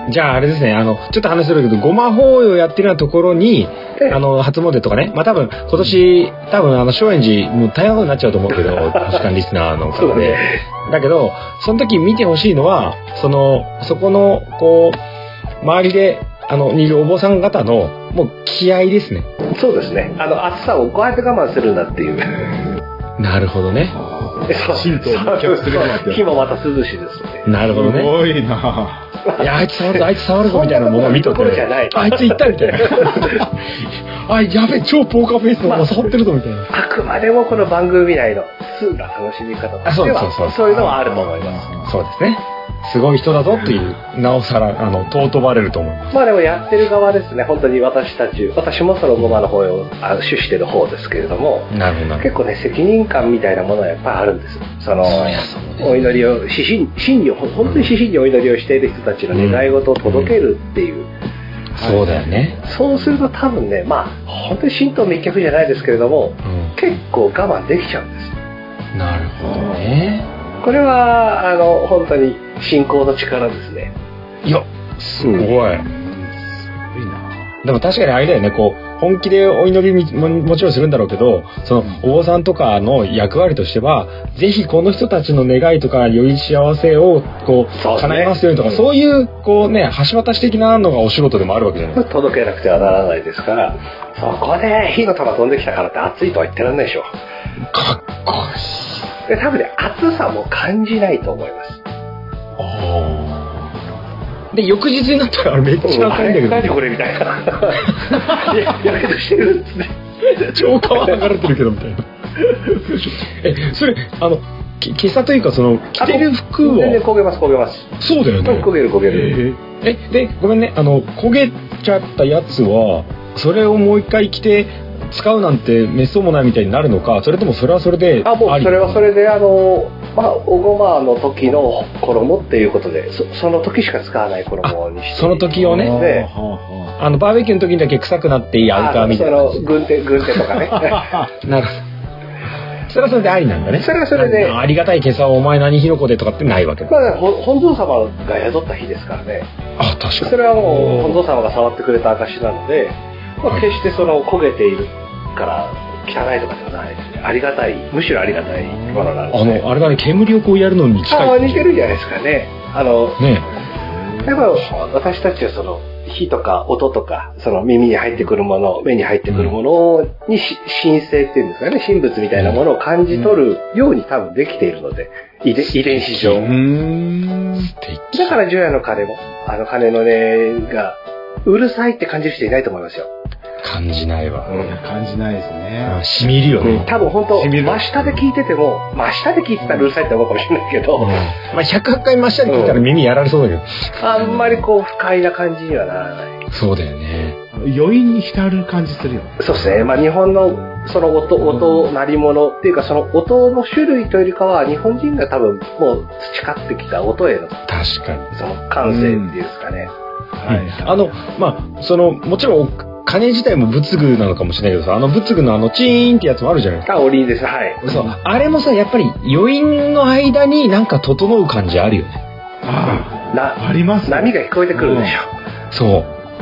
じゃああれですね、あの、ちょっと話するけど、ごま法要やってるようなところに、あの、初詣とかね、まあ多分、今年、多分、あの、松陰寺、もう大変なことになっちゃうと思うけど、星間リスナーの方で。だけど、その時見てほしいのは、その、そこの、こう、周りで、あの、にいるお坊さん方の、もう気合いですね。 そうですね。あの、暑さをこうやって我慢するんだっていう。 なるほどね。 神道を密着するようになってる。 日もまた涼しいですね。 なるほどね。 すごいな。 いや、あいつ触るぞ、あいつ触るぞみたいなものを見とって、あいつ行ったみたいな。あ、やべ、超ポーカーフェイスのもの触ってるぞみたいな。 あくまでもこの番組内の通な楽しみ方としては、そういうのはあると思います。 そうですね。すごい人だぞっていう、なおさら、あの、尊ばれると思います。 まあでもやってる側ですね、本当に私たち、私もそのごまの方を主してる方ですけれども、 なるほど。 結構ね、責任感みたいなものはやっぱりあるんです。その、お祈りを、真に、本当に真にお祈りをしている人たちの願い事を届けるっていう。 そうだよね。 そうすると多分ね、まあ、本当に神道密着じゃないですけれども、結構我慢できちゃうんです。 なるほどね。 これは、あの、本当に信仰の力ですね。 いや、すごい。うん、すごいな。でも確かにあれだよね、こう、本気でお祈りももちろんするんだろうけど、その、お坊さんとかの役割としては、ぜひこの人たちの願いとか、より幸せを、こう、叶えますようにとか、そういう、こうね、橋渡し的なのがお仕事でもあるわけじゃないですか。 届けなくてはならないですから、そこで火の玉飛んできたからって暑いとは言ってらんないでしょ。 かっこいい。 で多分ね、暑さも感じないと思います。 ああ。で、翌日になったらめっちゃ暑いんだけど。 帰ってこれみたいな。いや、やけどしてるっつって。 超皮剥がれてるけどみたいな。え、それ、あの、今朝というか、その、着てる服は。 全然焦げます、焦げます。 そうだよね。 焦げる、焦げる。 え、で、ごめんね、あの、焦げちゃったやつは、それをもう一回着て、使うなんてめっそうもないみたいになるのか、それともそれはそれであ、もうそれはそれで、あの、まあ、おごまの時の衣っていうことで、そ, その時しか使わない衣にして、 その時をね、であのバーベキューの時にだけ臭くなっていいアウターみたいな。 その軍手軍手とかね。 なるほど。それはそれでありなんだね。 それはそれで。 ありがたい今朝お前何ひろこでとかってないわけだ。 まあ、本尊様が宿った日ですからね。 あ、確かに。 それはもう本尊様が触ってくれた証なので、まあ、決してその焦げているから汚いとかではないですね。ありがたい、むしろありがたいものなんですね。 あの、あれだね、煙をこうやるのに近い。 ああ、似てるんじゃないですかね。あの、 ね。 やっぱ私たちはその、火とか音とか、その耳に入ってくるもの、目に入ってくるものに神聖っていうんですかね、神仏みたいなものを感じ取るように多分できているので、遺伝子上。だから除夜の鐘も、あの鐘の音がうるさいって感じる人いないと思いますよ。 感じないわ。 うん、感じないですね。 しみるよね。 多分本当真下で聞いてても、真下で聞いてたらうるさいって思うかもしれないけど、うん、まあひゃくはちかい真下で聞いたら耳やられそうだけど、 うん、あんまりこう不快な感じにはならない。 そうだよね。 余韻に浸る感じするよね。 そうですね。まあ日本のその音、音、鳴り物っていうかその音の種類というよりかは日本人が多分もう培ってきた音への確かにその感性っていうんですかね。 うん、はい。あのまあそのもちろん鐘自体も仏具なのかもしれないけどさ、あの仏具のあのチーンってやつもあるじゃないですか。 あ、おりです。はい。 そう。あれもさ、やっぱり余韻の間になんか整う感じあるよね。 ああ、な、あります。 波が聞こえてくるでしょ。 うん、そう。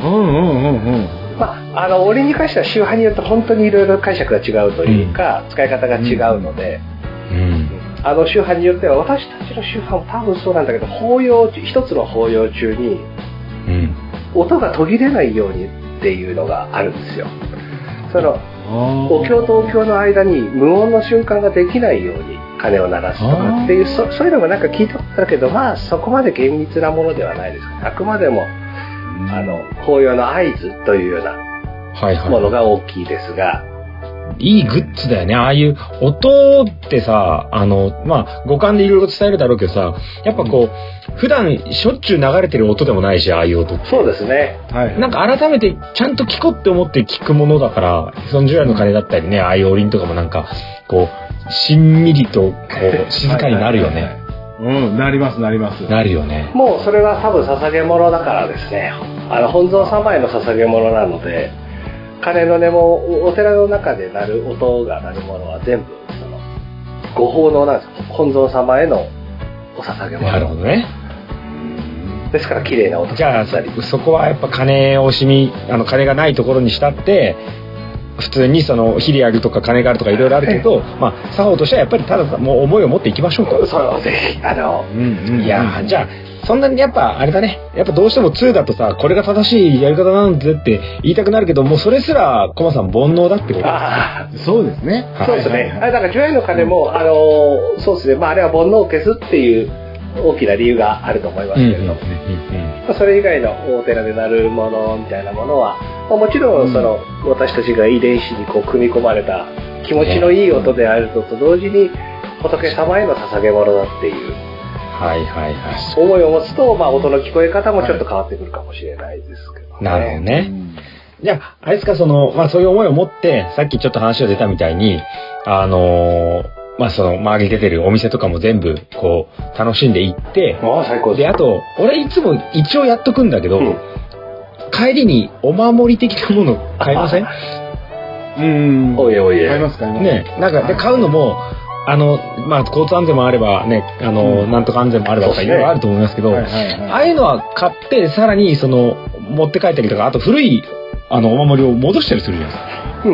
うんうんうんうん。 まあ、あの、おりに関しては宗派によって本当にいろいろ解釈が違うというか、うん、使い方が違うので、うん。あの宗派によっては、私たちの宗派も多分そうなんだけど、法要、一つの法要中に、うん。音が途切れないように、っていうのがあるんですよ。そのお経とお経の間に無音の瞬間ができないように鐘を鳴らすとかっていう そ, そういうのもなんか聞いたことあるけど、まあそこまで厳密なものではないですね。あくまでもあの法要の合図というようなものが大きいですが、はいはい、 いいグッズだよね。ああいう音ってさ、あのまあ五感でいろいろ伝えるだろうけどさ、やっぱこう普段しょっちゅう流れてる音でもないし、ああいう音って。 そうですね。 はい。なんか改めてちゃんと聞こうって思って聞くものだから、その除夜の鐘だったりね、ああいうおりんとかもなんかこうしんみりとこう静かになるよね。はいはいはいはい、うん、なりますなります。 なるよね。 もうそれは多分捧げ物だからですね。あの本尊様への捧げ物なので、鐘の音もお寺の中で鳴る音が鳴るものは全部そのご奉納なんです。本尊様へのお捧げ物。 なるほどね。 ですから綺麗な音じゃあそこはやっぱ金を惜しみあの金がないところにしたって普通にその肥利あるとか金があるとかいろいろあるけど、まあ作法としてはやっぱりただもう思いを持っていきましょうと。 そうぜひあの、 うんうん、いやじゃあそんなにやっぱあれだねやっぱどうしてもツーだとさこれが正しいやり方なんだって言いたくなるけどもうそれすらコマさん煩悩だってこと。 ああそうですね。 そうですね、はいはいはい、あれだからじゅうえんの金も、うん、あのそうですねまああれは煩悩を消すっていう大きな理由があると思いますけれども、うんうんうんうん、それ以外のお寺でなるものみたいなものは、まあ、もちろんその、うん、私たちが遺伝子にこう組み込まれた気持ちのいい音であるとと同時に仏様への捧げ物だっていうはいはいはい、 思いを持つと、まあ、音の聞こえ方もちょっと変わってくるかもしれないですけどね。 なるほどね。うん、じゃあ、あれですか、その、まあそういう思いを持って、さっきちょっと話が出たみたいに、あのー、まあその、周りに出てるお店とかも全部、こう、楽しんでいって、 あ最高です。 で、あと、俺いつも一応やっとくんだけど、うん、帰りにお守り的なもの買いません？ うん。 おいおい。 買います買います。 ね、なんか、で、買うのも、あの、まあ、交通安全もあればね、あの、うん、なんとか安全もあればとかいろいろあると思いますけど、はいはいはい、ああいうのは買って、さらに、その、持って帰ったりとか、あと古い、あの、お守りを戻したりするじゃないですか。うん。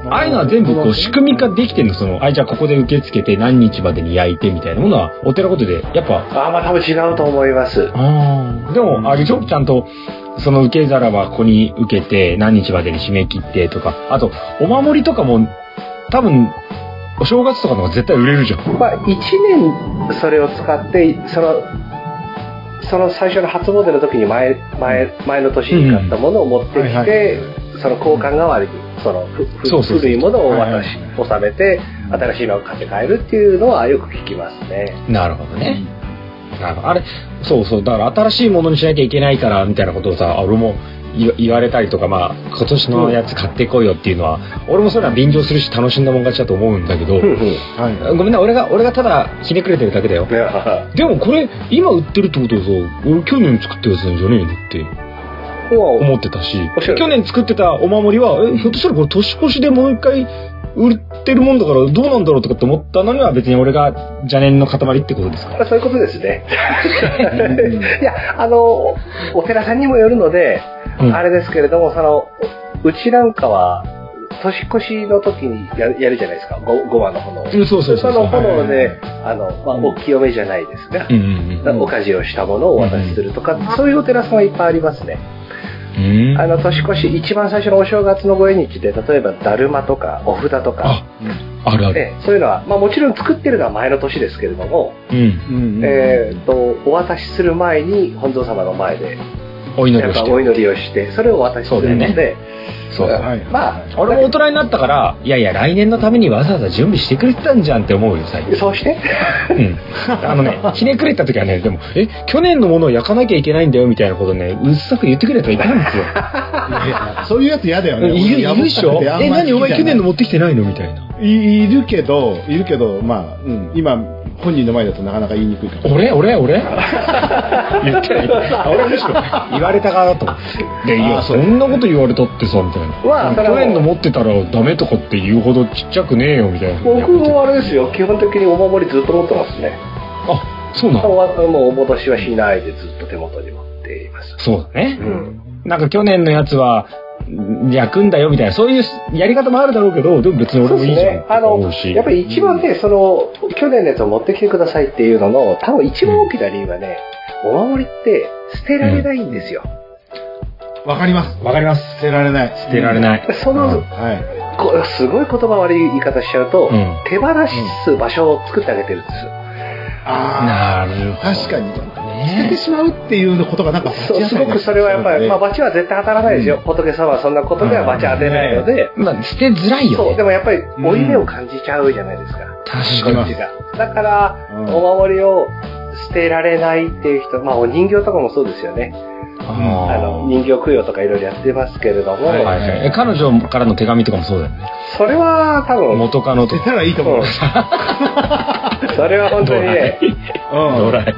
ああいうのは全部こう、仕組み化できてんの、その、あい、じゃあここで受け付けて何日までに焼いてみたいなものは、お寺ごとで、やっぱ。 ああ、まあ多分違うと思います。 ああ。でも、あれでしょ、ちゃんと、その受け皿はここに受けて、何日までに締め切ってとか、あと、お守りとかも、多分、お正月とかの方が絶対売れるじゃん。 まあ、いちねんそれを使って、その、その最初の初詣の時に前、前、前の年に買ったものを持ってきて、うんはいはい、その交換代わりに、その、そうそうそう古いものを渡し、納めて、新しいのを買って帰るっていうのはよく聞きますね。 なるほどね。なるほど。あれ、そうそう、だから新しいものにしなきゃいけないから、みたいなことをさ、俺も、言われたりとか、まあ、今年のやつ買ってこいよっていうのは、うん、俺もそれは便乗するし楽しんだもん勝ちだと思うんだけど、うんうんはい、ごめんな、俺が俺がただひねくれてるだけだよ。でもこれ今売ってるってことはさ、俺去年作ったやつなんじゃねえのって思ってたし、去年作ってたお守りはえひょっとしたらこれ年越しでもう一回売ってるもんだからどうなんだろうとかって思ったのには別に俺が邪念の塊ってことですか？ そういうことですね。いや、あのお寺さんにもよるので、うん、あれですけれども、そのうちなんかは年越しの時に や, やるじゃないですか、ごごまの炎を。 そうそうそうそう。 その炎で、あのまあ、お清めじゃないですが、うんうんうん、おかじをしたものをお渡しするとか、うんうん、そういうお寺さんはいっぱいありますね。うん、あの年越し一番最初のお正月のご縁日で例えばだるまとかお札とかあ,、うん、あるある、 えそういうのは、まあ、もちろん作ってるのは前の年ですけれども、うんえー、とお渡しする前に本尊様の前でお祈りをしてお祈りをしてそれをお渡しするので、 そうだね。まあ俺も大人になったからいやいや来年のためにわざわざ準備してくれてたんじゃんって思うよ最近。 そうしてうんあのねひねくれた時はねでもえ去年のものを焼かなきゃいけないんだよみたいなことねうっさく言ってくれたらいけないんですよ。 そういうやつ嫌だよね。 いるいるでしょ。え何お前去年の持ってきてないのみたいな。 い, いるけどいるけどまあ、うん、今本人の前だとなかなか言いにくいかも。 俺俺俺言ってない俺むしろ言われた側だと思ってでいやそんなこと言われたってさみたいな、まあ、去年の持ってたらダメとかって言うほどちっちゃくねえよみたいな。 僕もあれですよ基本的にお守りずっと持ってますね。 あそうなの。 もうお戻しはしないでずっと手元に持っています。 そうだね、うん、なんか去年のやつは焼くんだよみたいなそういうやり方もあるだろうけどでも別に俺もいいじゃんって思うし、 ね、やっぱり一番ねその去年のやつを持ってきてくださいっていうのの多分一番大きな理由はね、うん、お守りって捨てられないんですよ。 わ、うん、かりますわかります。 捨てられない捨てられない、 うん、その、うんはい、こすごい言葉悪い言い方しちゃうと、うん、手放す場所を作ってあげてるんです。 ああなるほど確かに捨ててしまうっていうことがなんかそうすごくそれはやっぱり、まあ、罰は絶対当たらないですよ、うん、仏様はそんなことでは罰は当てないので、 まあ、捨てづらいよね。 そうでもやっぱり負い目を感じちゃうじゃないですか、うん、 確かにだから、うん、お守りを捨てられないっていう人、まあお人形とかもそうですよね。ああの人形供養とかいろいろやってますけれども、はいはいはい、彼女からの手紙とかもそうだよね。 それは多分元カノと捨てたらいいと思う、うん、 それは本当にねドライ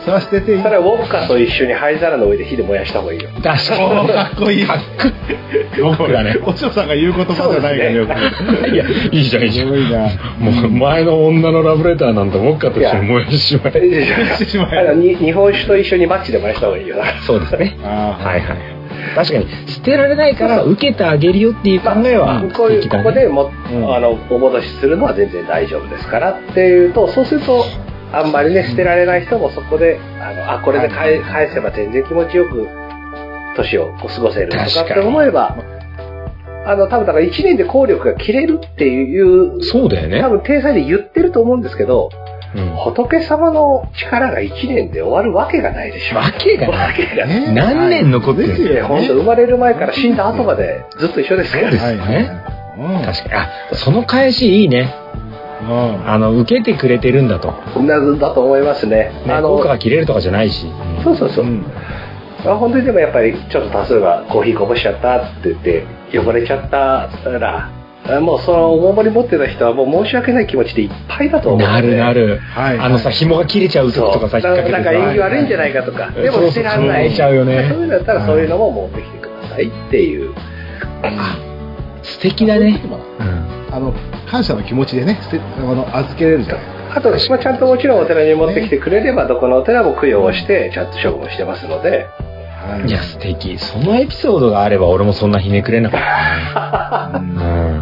それは捨てていい。 それはウォッカと一緒に灰皿の上で火で燃やした方がいいよ。 確かに。 かっこいい。 かっこいい。僕だね。 おしろさんが言う言葉じゃないからよく。 いや、いいじゃん、いいじゃん。 すごいな。 もう、前の女のラブレターなんてウォッカと一緒に燃やしてしまえ。 してしまえ。 あのに日本酒と一緒にマッチで燃やした方がいいよな。 そうですね。 あーはいはい。確かに、捨てられないから受けてあげるよっていう考えは、 こういう、ここでも、 うん、 あの、お戻しするのは全然大丈夫ですからっていうと、そうすると、あんまりね、捨てられない人もそこで、あの、あ、これで返返せば全然気持ちよく、年をこう過ごせるとかって思えば、あの、多分だからいちねんで効力が切れるっていう、 そうだよね。 多分、体裁で言ってると思うんですけど、うん、仏様の力がいちねんで終わるわけがないでしょ。 わけがない。 わけがない。 何年残ってるんですよ。 本当生まれる前から死んだ後までずっと一緒ですから。 そうですね。確かに。あ、その返しいいね。うん、あの、受けてくれてるんだと。 なだと思いますね。 ね、あの、効果が切れるとかじゃないし。 そうそうそう。うん、本当にでもやっぱりちょっと多数がコーヒーこぼしちゃったって言って汚れちゃったら、もうそのお守り持ってた人はもう申し訳ない気持ちでいっぱいだと思う、ね、 なるなる、はい、あのさ紐が切れちゃう時とかさ引っ掛けてさなんか縁起悪いんじゃないかとか、はい、でも捨てられない、 そうそうそう、 そういうのだったらそういうのも持ってきてくださいっていう、 あ、素敵だね、 うん、あの感謝の気持ちでねあの預けれるじゃない。 あと、まあ、ちゃんともちろんお寺に持ってきてくれれば、ね、どこのお寺も供養をしてちゃんと処分してますので。 いや素敵。そのエピソードがあれば俺もそんなひねくれなかった、ね、うん、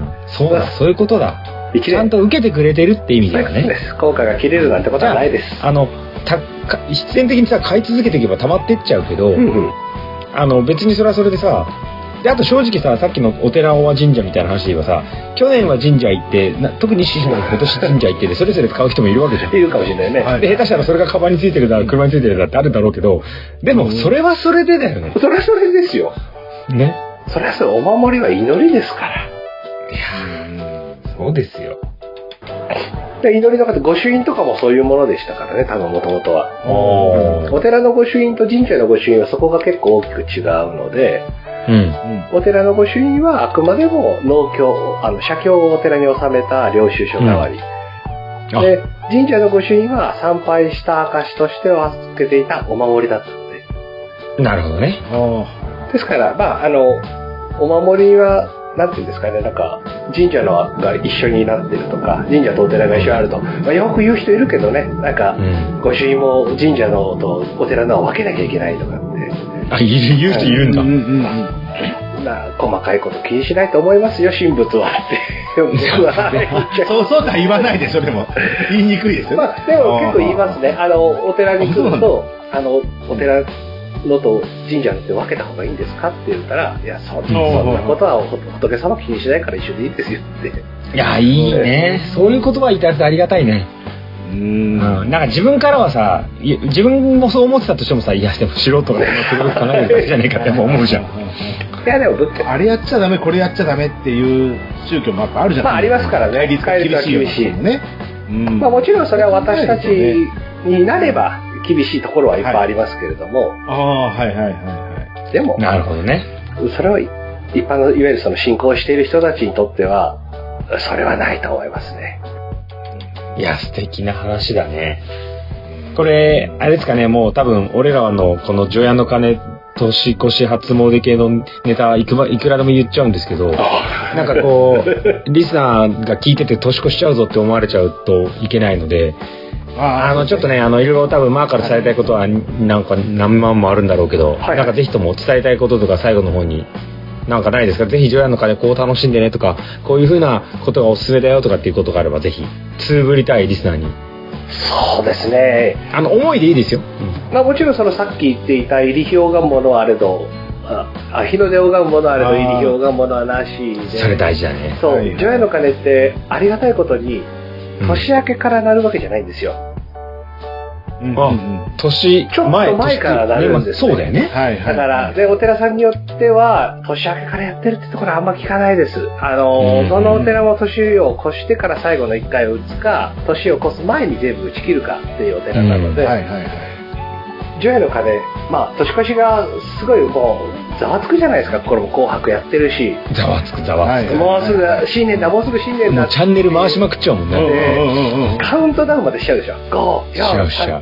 そうだ、そういうことだ。ちゃんと受けてくれてるって意味だよね。 効果が切れるなんてことはないです。 あのた必然的にさ買い続けていけば溜まってっちゃうけど、うんうん、あの別にそれはそれでさ、であと正直さ、さっきのお寺は神社みたいな話で言えばさ、去年は神社行ってな、特に師匠が今年神社行ってでそれぞれ買う人もいるわけじゃん。 いるかもしれないね。 はい、で下手したらそれがカバンについてるだ車についてるだってあるだろうけど、でもそれはそれでだよね。 それはそれですよ。 ね。 それはそれ、お守りは祈りですから。いやー、そうですよ。 で祈りの方、御朱印とかもそういうものでしたからね、多分もともとは。お, お寺の御朱印と神社の御朱印はそこが結構大きく違うので、うん、お寺の御朱印はあくまでも農協、あの社協をお寺に納めた領収書代わり、うん、で神社の御朱印は参拝した証として預けていたお守りだったので。 なるほどね。 ですからまああのお守りはなんていうんですかね、なんか神社のが一緒になってるとか神社とお寺が一緒にあると、まあ、よく言う人いるけどね、なんか、うん、御朱印も神社のとお寺のは分けなきゃいけないとかって。 あ、いる、言う人いるんだ。うんうんうん、 な細かいこと気にしないと思いますよ、神仏はって僕はそうそうとは言わないでしょ。でも言いにくいですよね。 まあ、でも結構言いますね。あのお寺に来るとあのお寺のと神社のって分けた方がいいんですかって言ったら、いや そ, そんなことは仏様気にしないから一緒でいいですよって。 いやいいね、そういう言葉いただいてありがたいね。うん、なんか自分からはさ、自分もそう思ってたとしてもさ、いやでも素人がそれを考えるだけじゃねえかって思うじゃん。いやでもあれやっちゃダメこれやっちゃダメっていう宗教もやっぱあるじゃないですか。 まあありますからね。 厳しい厳しいね。 うん、まあもちろんそれは私たちになれば厳しいところはいっぱいありますけれども。はい、 ああはいはいはいはい。 でもなるほどね。 それは一般のいわゆるその信仰している人たちにとってはそれはないと思いますね。 いや素敵な話だね。これあれですかね、もう多分俺らのこの除夜の鐘年越し初詣系のネタいくばいくらでも言っちゃうんですけど、なんかこうリスナーが聞いてて年越しちゃうぞって思われちゃうといけないので、あのちょっとね、あのいろいろ多分マーから伝えたいことはなんか何万もあるんだろうけど、はい、なんかぜひとも伝えたいこととか最後の方になんかないですか。ぜひ除夜の鐘こう楽しんでねとか、こういう風なことがおすすめだよとかっていうことがあればぜひつぶりたいリスナーに。 そうですね。 あの思いでいいですよ。うん、 まあもちろんそのさっき言っていた入り表がものあれど、あ日の出拝むものあれど入り表がものはなしで。 それ大事だね。 そう、はいはい、除夜の鐘ってありがたいことに年明けからなるわけじゃないんですよ。 うんうん、年ちょっと前からなるんです、ね、 そうだよね。 はいはい、だからでお寺さんによっては年明けからやってるってところはあんま聞かないです。あのどのお寺も年を越してから最後のいっかいを打つか、年を越す前に全部打ち切るかっていうお寺なので、除夜の鐘、まあ年越しがすごいもうざわつくじゃないですか。これも紅白やってるし、 ざわつくざわつく、 もうすぐ新年だもうすぐ新年だ、 チャンネル回しまくっちゃうもんね。 カウントダウンまでしちゃうでしょ。ご、よん、さん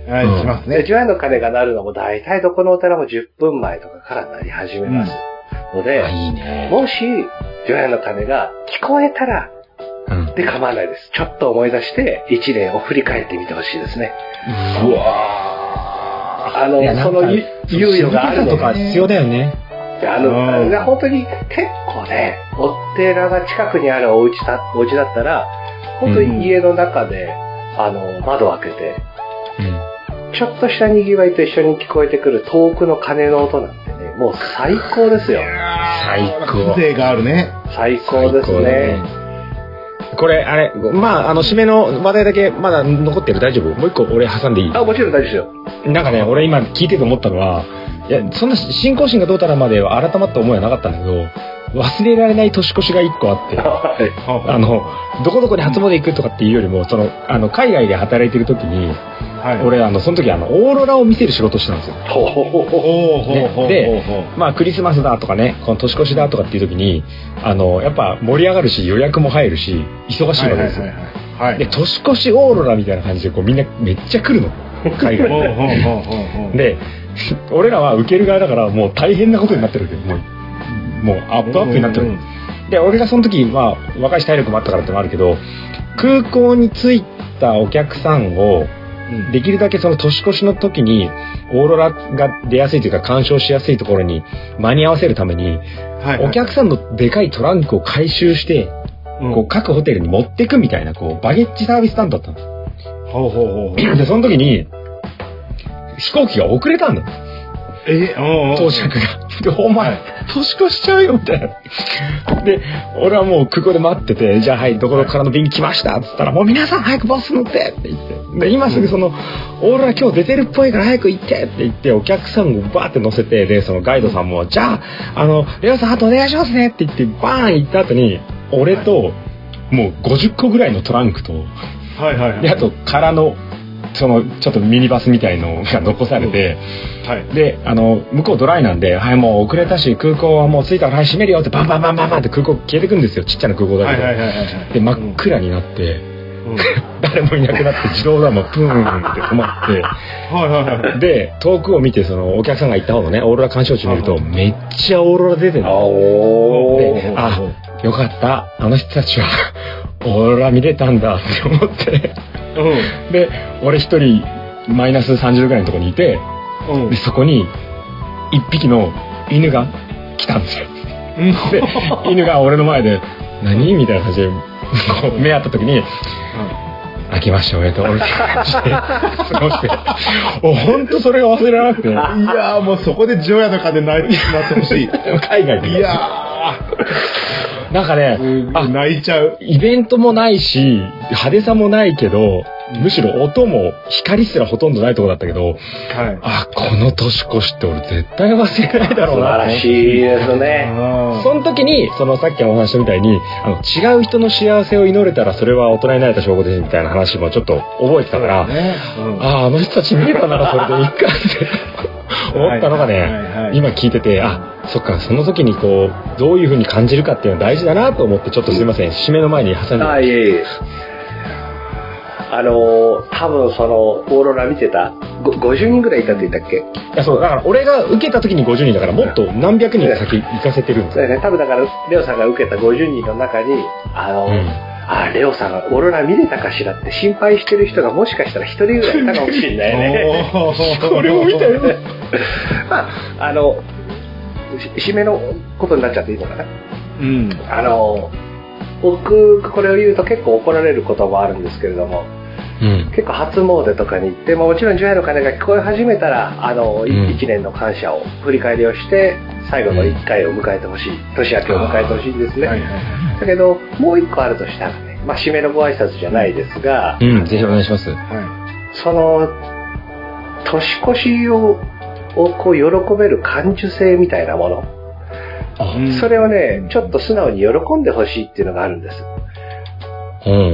はい、しますね。 除夜の鐘が鳴るのも大体どこのお寺もじゅっぷんまえとかから鳴り始めますので、 うん、いいね、 もし除夜の鐘が聞こえたら、うん、で構わないです。ちょっと思い出して一年を振り返ってみてほしいですね。 うわあの、その猶予があるのとか必要だよね。 あの、うん、本当に結構ね、お寺が近くにあるお家だ、お家だったら、本当に家の中で、うん、あの、窓を開けて、うん、ちょっとした賑わいと一緒に聞こえてくる遠くの鐘の音なんてね、もう最高ですよ。 最高。 風情があるね。 最高ですね。 これ、あれ、まあ、あの、締めの話題だけまだ残ってる。大丈夫？もう一個俺挟んでいい？ あ、もちろん大丈夫ですよ。 なんかね、俺今聞いてて思ったのは、いや、そんな信仰心がどうたらまでは改まった思いはなかったんだけど、忘れられない年越しが一個あって、あの、どこどこに初詣行くとかっていうよりも、その、あの、海外で働いてる時に、はい、俺、あの、その時、あの、オーロラを見せる仕事してたんですよ。で、でまあ、クリスマスだとかね、この年越しだとかっていう時に、あの、やっぱ盛り上がるし、予約も入るし、忙しいわけですよ。で、年越しオーロラみたいな感じで、こう、みんなめっちゃ来るの。海外で。で、俺らは受ける側だからもう大変なことになってるわけど、もう、もうアップアップになってる。うんうんうん、で、俺がその時、まあ、若いし体力もあったからってのもあるけど、空港に着いたお客さんを、できるだけその年越しの時に、オーロラが出やすいというか、干渉しやすいところに間に合わせるために、はいはい、お客さんのでかいトランクを回収して、うん、こう各ホテルに持っていくみたいな、こう、バゲッジサービス担当だったの。ほうほうほう。で、その時に、飛行機が遅れたんだ。えおうおう到着が。で、お前、はい、年越しちゃうよ、みたいな。で、俺はもう空港で待ってて、じゃあはい、どこどこからの便来ましたっつったら、もう皆さん早くバス乗ってって言って。で、今すぐその、オーロラ今日出てるっぽいから早く行ってって言って、お客さんをバーって乗せて、で、そのガイドさんも、じゃあ、あの、レオさん、あとお願いしますねって言って、バーン行った後に、俺と、もうごじゅっこぐらいのトランクと、はいはいはい。で、あと、空の、そのちょっとミニバスみたいのが残されて、はい、であの向こうドライなんで、はい、もう遅れたし空港はもう着いたから、はい、閉めるよってバンバンバンバンバンって空港消えてくんですよ。ちっちゃな空港だけど、はいはいはいはい、で真っ暗になって、うん、誰もいなくなって自動ドアもプーンって止まってはいはい、はい、で遠くを見てそのお客さんが行った方のねオーロラ鑑賞地見ると、はいはい、めっちゃオーロラ出てるの。で、あ、よかった、あの人たちはオーロラ見れたんだって思ってうん、で俺一人マイナスさんじゅうどぐらいのところにいて、うん、でそこに一匹の犬が来たんですよ、うん、で犬が俺の前で何みたいな感じで目合った時に、うん、明けましておめでとう俺って感じで過ごしてもう本当それが忘れられなくていやーもうそこで除夜の鐘鳴ってほしい海外でいやーなんかね、 あ、泣いちゃう。 イベントもないし、派手さもないけど、むしろ音も光すらほとんどないところだったけど、はい、あ、この年越しって俺絶対忘れないだろうな。 素晴らしいですね。 その時に、そのさっきお話したみたいに、あの違う人の幸せを祈れたらそれは大人になれた証拠ですみたいな話もちょっと覚えてたから、ねうん、ああ、あの人たち見れたならそれでいいかって思ったのがね、はいはいはい、今聞いてて、あ、そっか、その時にこうどういう風に感じるかっていうのは大事だなと思って、ちょっとすいません、締めの前に挟んで。 あ、いえいえ。あのー、多分そのオーロラ見てたごじゅうにんぐらいいたって言ったっけ？いや、そうだから俺が受けた時にごじゅうにんだからもっと何百人先行かせてるんですよ。 ね、多分だからレオさんが受けたごじゅうにんの中にあの、うん、あ、レオさんがオーロラ見れたかしらって心配してる人がもしかしたら一人ぐらいいたかもしれないね。 俺も見たよ。 まああの締めのことになっちゃっていいのかな。うん。あの僕これを言うと結構怒られることもあるんですけれども、うん、結構初詣とかに行って、まあ、もちろん除夜の鐘が聞こえ始めたらあの、うん、いちねんの感謝を振り返りをして最後のいっかいを迎えてほしい、年明けを迎えてほしいんですね、はいはいはい、だけどもう一個あるとしたらね、まあ、締めのご挨拶じゃないですが、 うん、ぜひお願いします、はい、 その年越しををこう喜べる感受性みたいなもの、うん、それをねちょっと素直に喜んでほしいっていうのがあるんです。うんうんうん、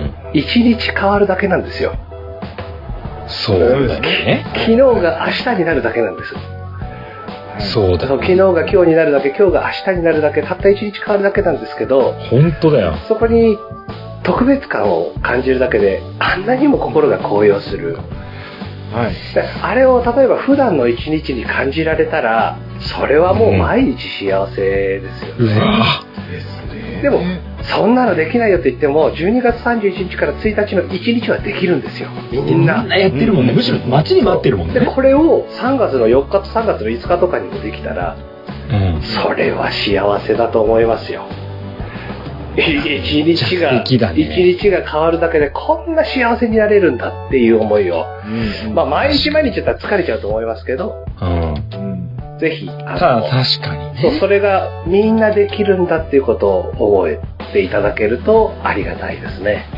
一日変わるだけなんですよ。 そうだね。 昨日が明日になるだけなんです。 そうだね。 昨日が今日になるだけ、今日が明日になるだけ、たった一日変わるだけなんですけど、 本当だよ。 そこに特別感を感じるだけであんなにも心が高揚する。 はい、 あれを例えば普段の一日に感じられたら、それはもう毎日幸せですよね。 うん、うわでもそんなのできないよって言っても、じゅうにがつさんじゅういちにちからついたちのいちにちはできるんですよ。みんな。 みんなやってるもんね。むしろ待ちに待ってるもんね。 でこれをさんがつのよっかとさんがつのいつかとかにもできたら、 うん、 それは幸せだと思いますよ。一日が、一、ね、日が変わるだけでこんな幸せになれるんだっていう思いを、うん、まあ毎日毎日だったら疲れちゃうと思いますけど、うん、ぜひあのただ確かにね、 そう、それがみんなできるんだっていうことを覚えていただけるとありがたいですね。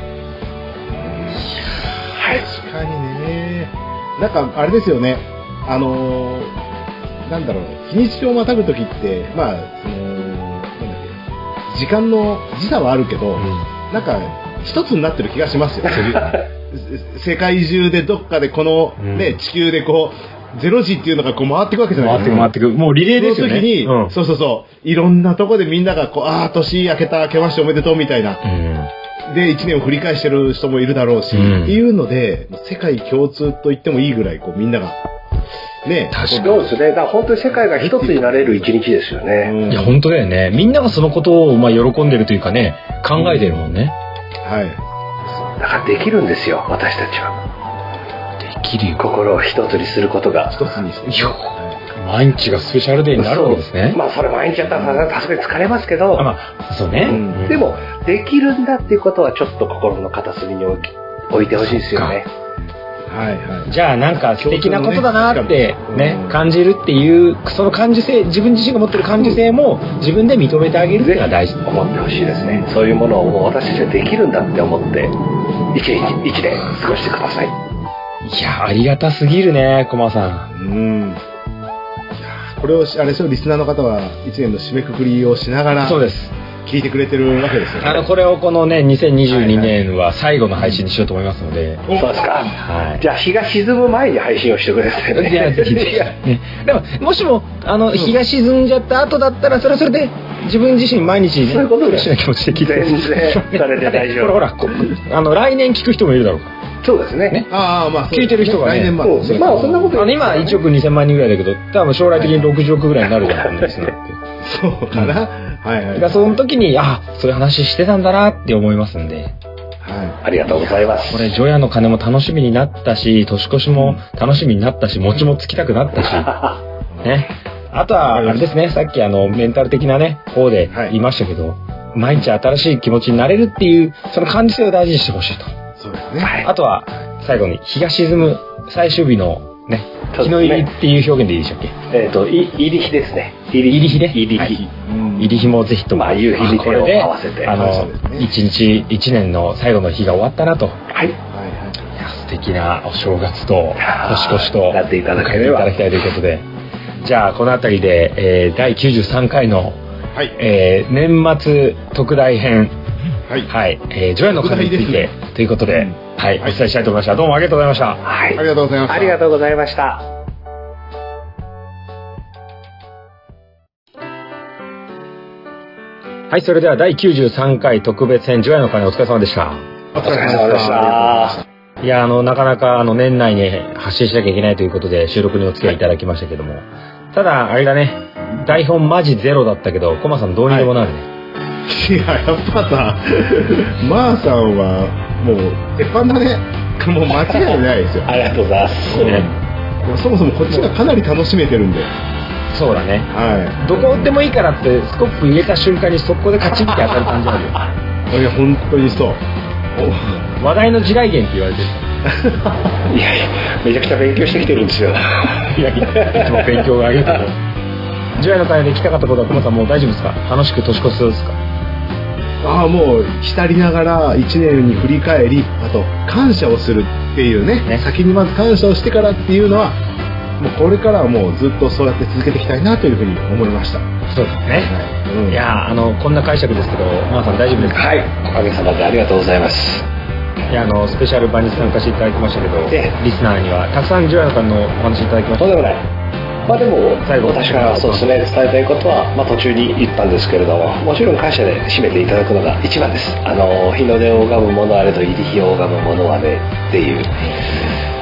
はい、確かにね。なんかあれですよね、あのー、なんだろう、日にちをまたぐときって、まあその時間の時差はあるけど、うん、なんか一つになってる気がしますよ。世界中でどっかでこの、ね、うん、地球でこうゼロ時っていうのがこう回っていくわけじゃないですか。 回っていく回っていく。もうリレーですよね。 その時に、うん、そうそうそういろんなとこでみんながこうああ年明けた明けましておめでとうみたいな、うん、で一年を振り返してる人もいるだろうし、うん、っていうので世界共通と言ってもいいぐらいこうみんなが。ね、 確かにそうですね。だから本当に世界が一つになれる一日ですよね。 うん、いや本当だよね。みんながそのことをまあ喜んでるというかね、考えてるもんね。 うん、はい。だからできるんですよ、私たちは。 できるよ。 心を一つにすることが。 一つにして。 いや、毎日がスペシャルデーになるわけですね。 まあそれ毎日やったらさすがに疲れますけど。 あ、まあそうね、うん。 でもできるんだっていうことはちょっと心の片隅に置いてほしいですよね。 はいはい、 じゃあなんか素敵なことだなってね、うん、感じるっていうその感受性、自分自身が持ってる感受性も自分で認めてあげるっていうのは大事。 思ってほしいですね。そういうものをもう私たちはできるんだって思って一日一年過ごしてください。 いやありがたすぎるね、駒さん。うん。 これをあれでしょ、リスナーの方は一年の締めくくりをしながら。 そうです。 聞いてくれてるわけですよね。 あのこれをこのねにせんにじゅうにねんは最後の配信にしようと思いますので。 そうですか。はい。じゃあ日が沈む前に配信をしてくれてるね。いやぜひぜひ。 ね、でももしもあの日が沈んじゃった後だったらそれはそれで自分自身毎日、ね、 そういうことでフレッシュな気持ちで聞いて。 全然それで大丈夫。 ほらほらあの来年聞く人もいるだろうから。 そうですね。 ね、 ああまあ聞いてる人がね。 来年まあ、まあそんなこと。 あの今いちおくにせんまんにんぐらいだけど、多分将来的にろくじゅうおくぐらいになるじゃないですか。 そうかな。はいはい。 だその時にあそういう話してたんだなって思いますんで。 はい。ありがとうございます。 これ除夜の鐘も楽しみになったし、年越しも楽しみになったし、餅もつきたくなったし、ね。あとはあれですね、さっきあのメンタル的なね方で言いましたけど、はい、毎日新しい気持ちになれるっていうその感じ性を大事にしてほしいと。 そうですね。 あとは最後に日が沈む最終日のね、日の入りっていう表現でいいでしたっけ？ えっと入り日ですね。 入り日ね。 入り日。 はい、入り日もぜひとも、 まあ、夕日に手を合わせて、 あの一日一年の最後の日が終わったなと。 はい。 いや素敵なお正月と年越しとやっていただければいただきたいということで、じゃあこのあたりで、えー、だいきゅうじゅうさんかいの、はい、えー、年末特大編、はい、はい、えー、除夜の鐘についてということで、うん、はい、はい、お伝えしたいと思いました。どうもありがとうございました。 はい、 ありがとうございました。 ありがとうございました。 はい、それではだいきゅうじゅうさんかい特別編除夜の鐘お疲れ様でした。 お疲れ様でした。 いや、あの、なかなかあの年内に発信しなきゃいけないということで収録にお付き合いいただきましたけども、はい、ただあれだね、台本マジゼロだったけど、コマさんどうにでもなるね。 はい、いや、やっぱさ、マーさんはもう鉄板だね。もう間違いないですよ。 ありがとうございます。 ね、そもそもこっちがかなり楽しめてるんで。 そうだね、 はい、 どこでもいいからってスコップ入れた瞬間にそこでカチンって当たる感じあるよ。 いや本当にそう。 話題の時代源って言われてる。 いやいやめちゃくちゃ勉強してきてるんですよ。 いやいつも勉強がありがとう。除夜の鐘で聞きたかったことはコマさんもう大丈夫ですか？楽しく年越すですか？ ああもう浸りながらいちねんに振り返り、あと感謝をするっていう ね, ね先にまず感謝をしてからっていうのはもうこれからはもうずっとそうやって続けていきたいなというふうに思いました。 そうですね、はい、うん、いやあのこんな解釈ですけどマーさん大丈夫ですか？ はい、おかげさまでありがとうございます。 いやあのスペシャル版に参加していただきましたけど、リスナーにはたくさん除夜の鐘のお話いただきました。 とんでもない。まあでも最後私からはそうですね、伝えたいことは、まあ、途中に言ったんですけれども、もちろん感謝で締めていただくのが一番です。あの日の出を拝む者あれど入り日を拝む者はねっていう、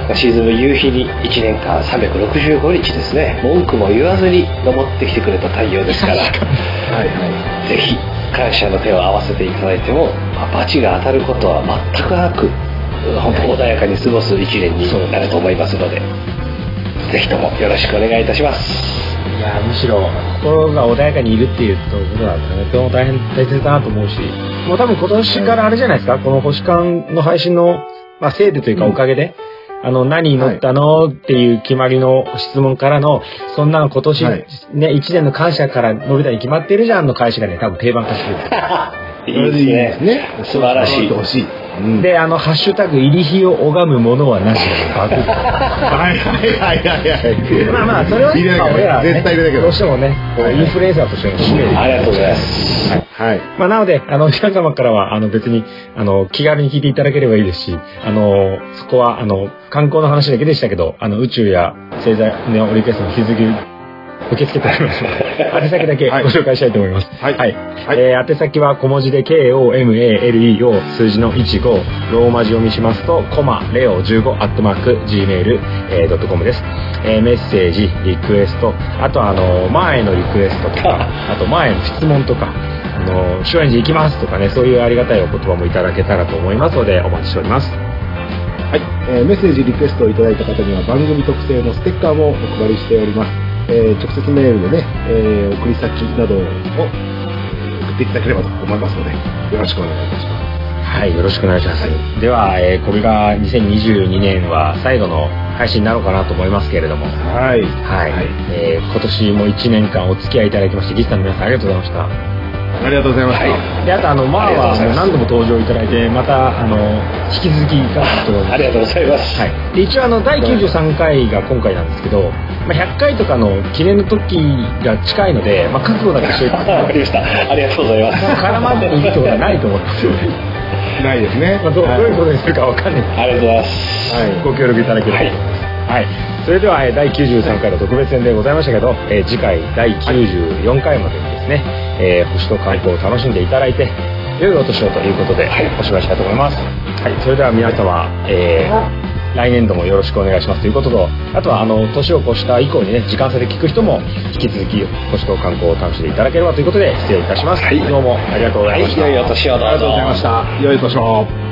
沈む夕日にいちねんかんさんびゃくろくじゅうごにちですね、文句も言わずに登ってきてくれた太陽ですからはい、はい、ぜひ感謝の手を合わせていただいても、まあ、罰が当たることは全くなく本当穏やかに過ごすいちねんになると思いますので、ぜひともよろしくお願いいたします。 いやむしろ心が穏やかにいるっていうところはとても大変大切だなと思うし、もう多分今年からあれじゃないですか、はい、この星間の配信の、まあ、せいでというかおかげで、うん、あの何に乗ったの、はい、っていう決まりの質問からのそんなの今年、はい、ねいちねんの感謝から伸びたに決まってるじゃんの返しがね多分定番化してるいいですね。素晴らしい。 うん、 で、あの、ハッシュタグ、入り日を拝むものはなしでバグ。 はいはいはいはい。 まあまあ、それは、まあ、俺ら、ね、 絶対入れだけど。 どうしてもね、はい、インフルエンサーとしての使命で。 ありがとうございます。 はい。はい。まあ、なので、あの、皆様からは、あの、別に、あの、気軽に聞いていただければいいですし、あの、そこは、あの、観光の話だけでしたけど、あの、宇宙や星座のリクエストの引き続き、受け付けておりますので、宛先だけご紹介したいと思います。はい。はい。はい、えー、宛先は小文字で ケーオーエムエーエルイー を数字のじゅうご、ローマ字読みしますと、コマ、レオじゅうご、アットマーク、ジーメールドットコム です。えー、メッセージ、リクエスト、あとあの、前のリクエストとか、あと前の質問とか、あの、松陰寺行きますとかね、そういうありがたいお言葉もいただけたらと思いますので、お待ちしております。 はい。えー、メッセージ、リクエストをいただいた方には番組特製のステッカーもお配りしております。えー、直接メールでね、えー、送り先などを送っていただければと思いますので、よろしくお願いいたします。 はい、よろしくお願いします。はい、では、えー、これがにせんにじゅうにねんは最後の配信なのかなと思いますけれども、 はい。 はい。はい、えー、今年もいちねんかんお付き合いいただきまして、ギスタの皆さんありがとうございました。 ありがとうございました。はい、であとあのマーはもう何度も登場いただいて、またあの引き続きいかがと思います。 ありがとうございます。 はい。で一応あのだいきゅうじゅうさんかいが今回なんですけど、まあ、ひゃっかいとかの記念の時が近いので、まあ覚悟だけしておいて。 わかりました。ありがとうございます。 絡まっているってことはないと思ってます。 ないですね。 まあ、ど, うどういうことにするかわかんない。 ありがとうございます。 はい。ご協力いただければと思います。はい。はい、それではだいきゅうじゅうさんかいの特別編でございましたけど、えー、次回だいきゅうじゅうよんかいまでにですね、えー、星と観光を楽しんでいただいて、良いお年をということで、はい、お芝居したいと思います。はい。それでは皆様、えー、来年度もよろしくお願いしますということと、あとはあの年を越した以降にね、時間差で聞く人も引き続き星と観光を楽しんでいただければということで失礼いたします。はい、どうもありがとうございました。 はい、良いお年をどうぞ。 ありがとうございました。良いお年を。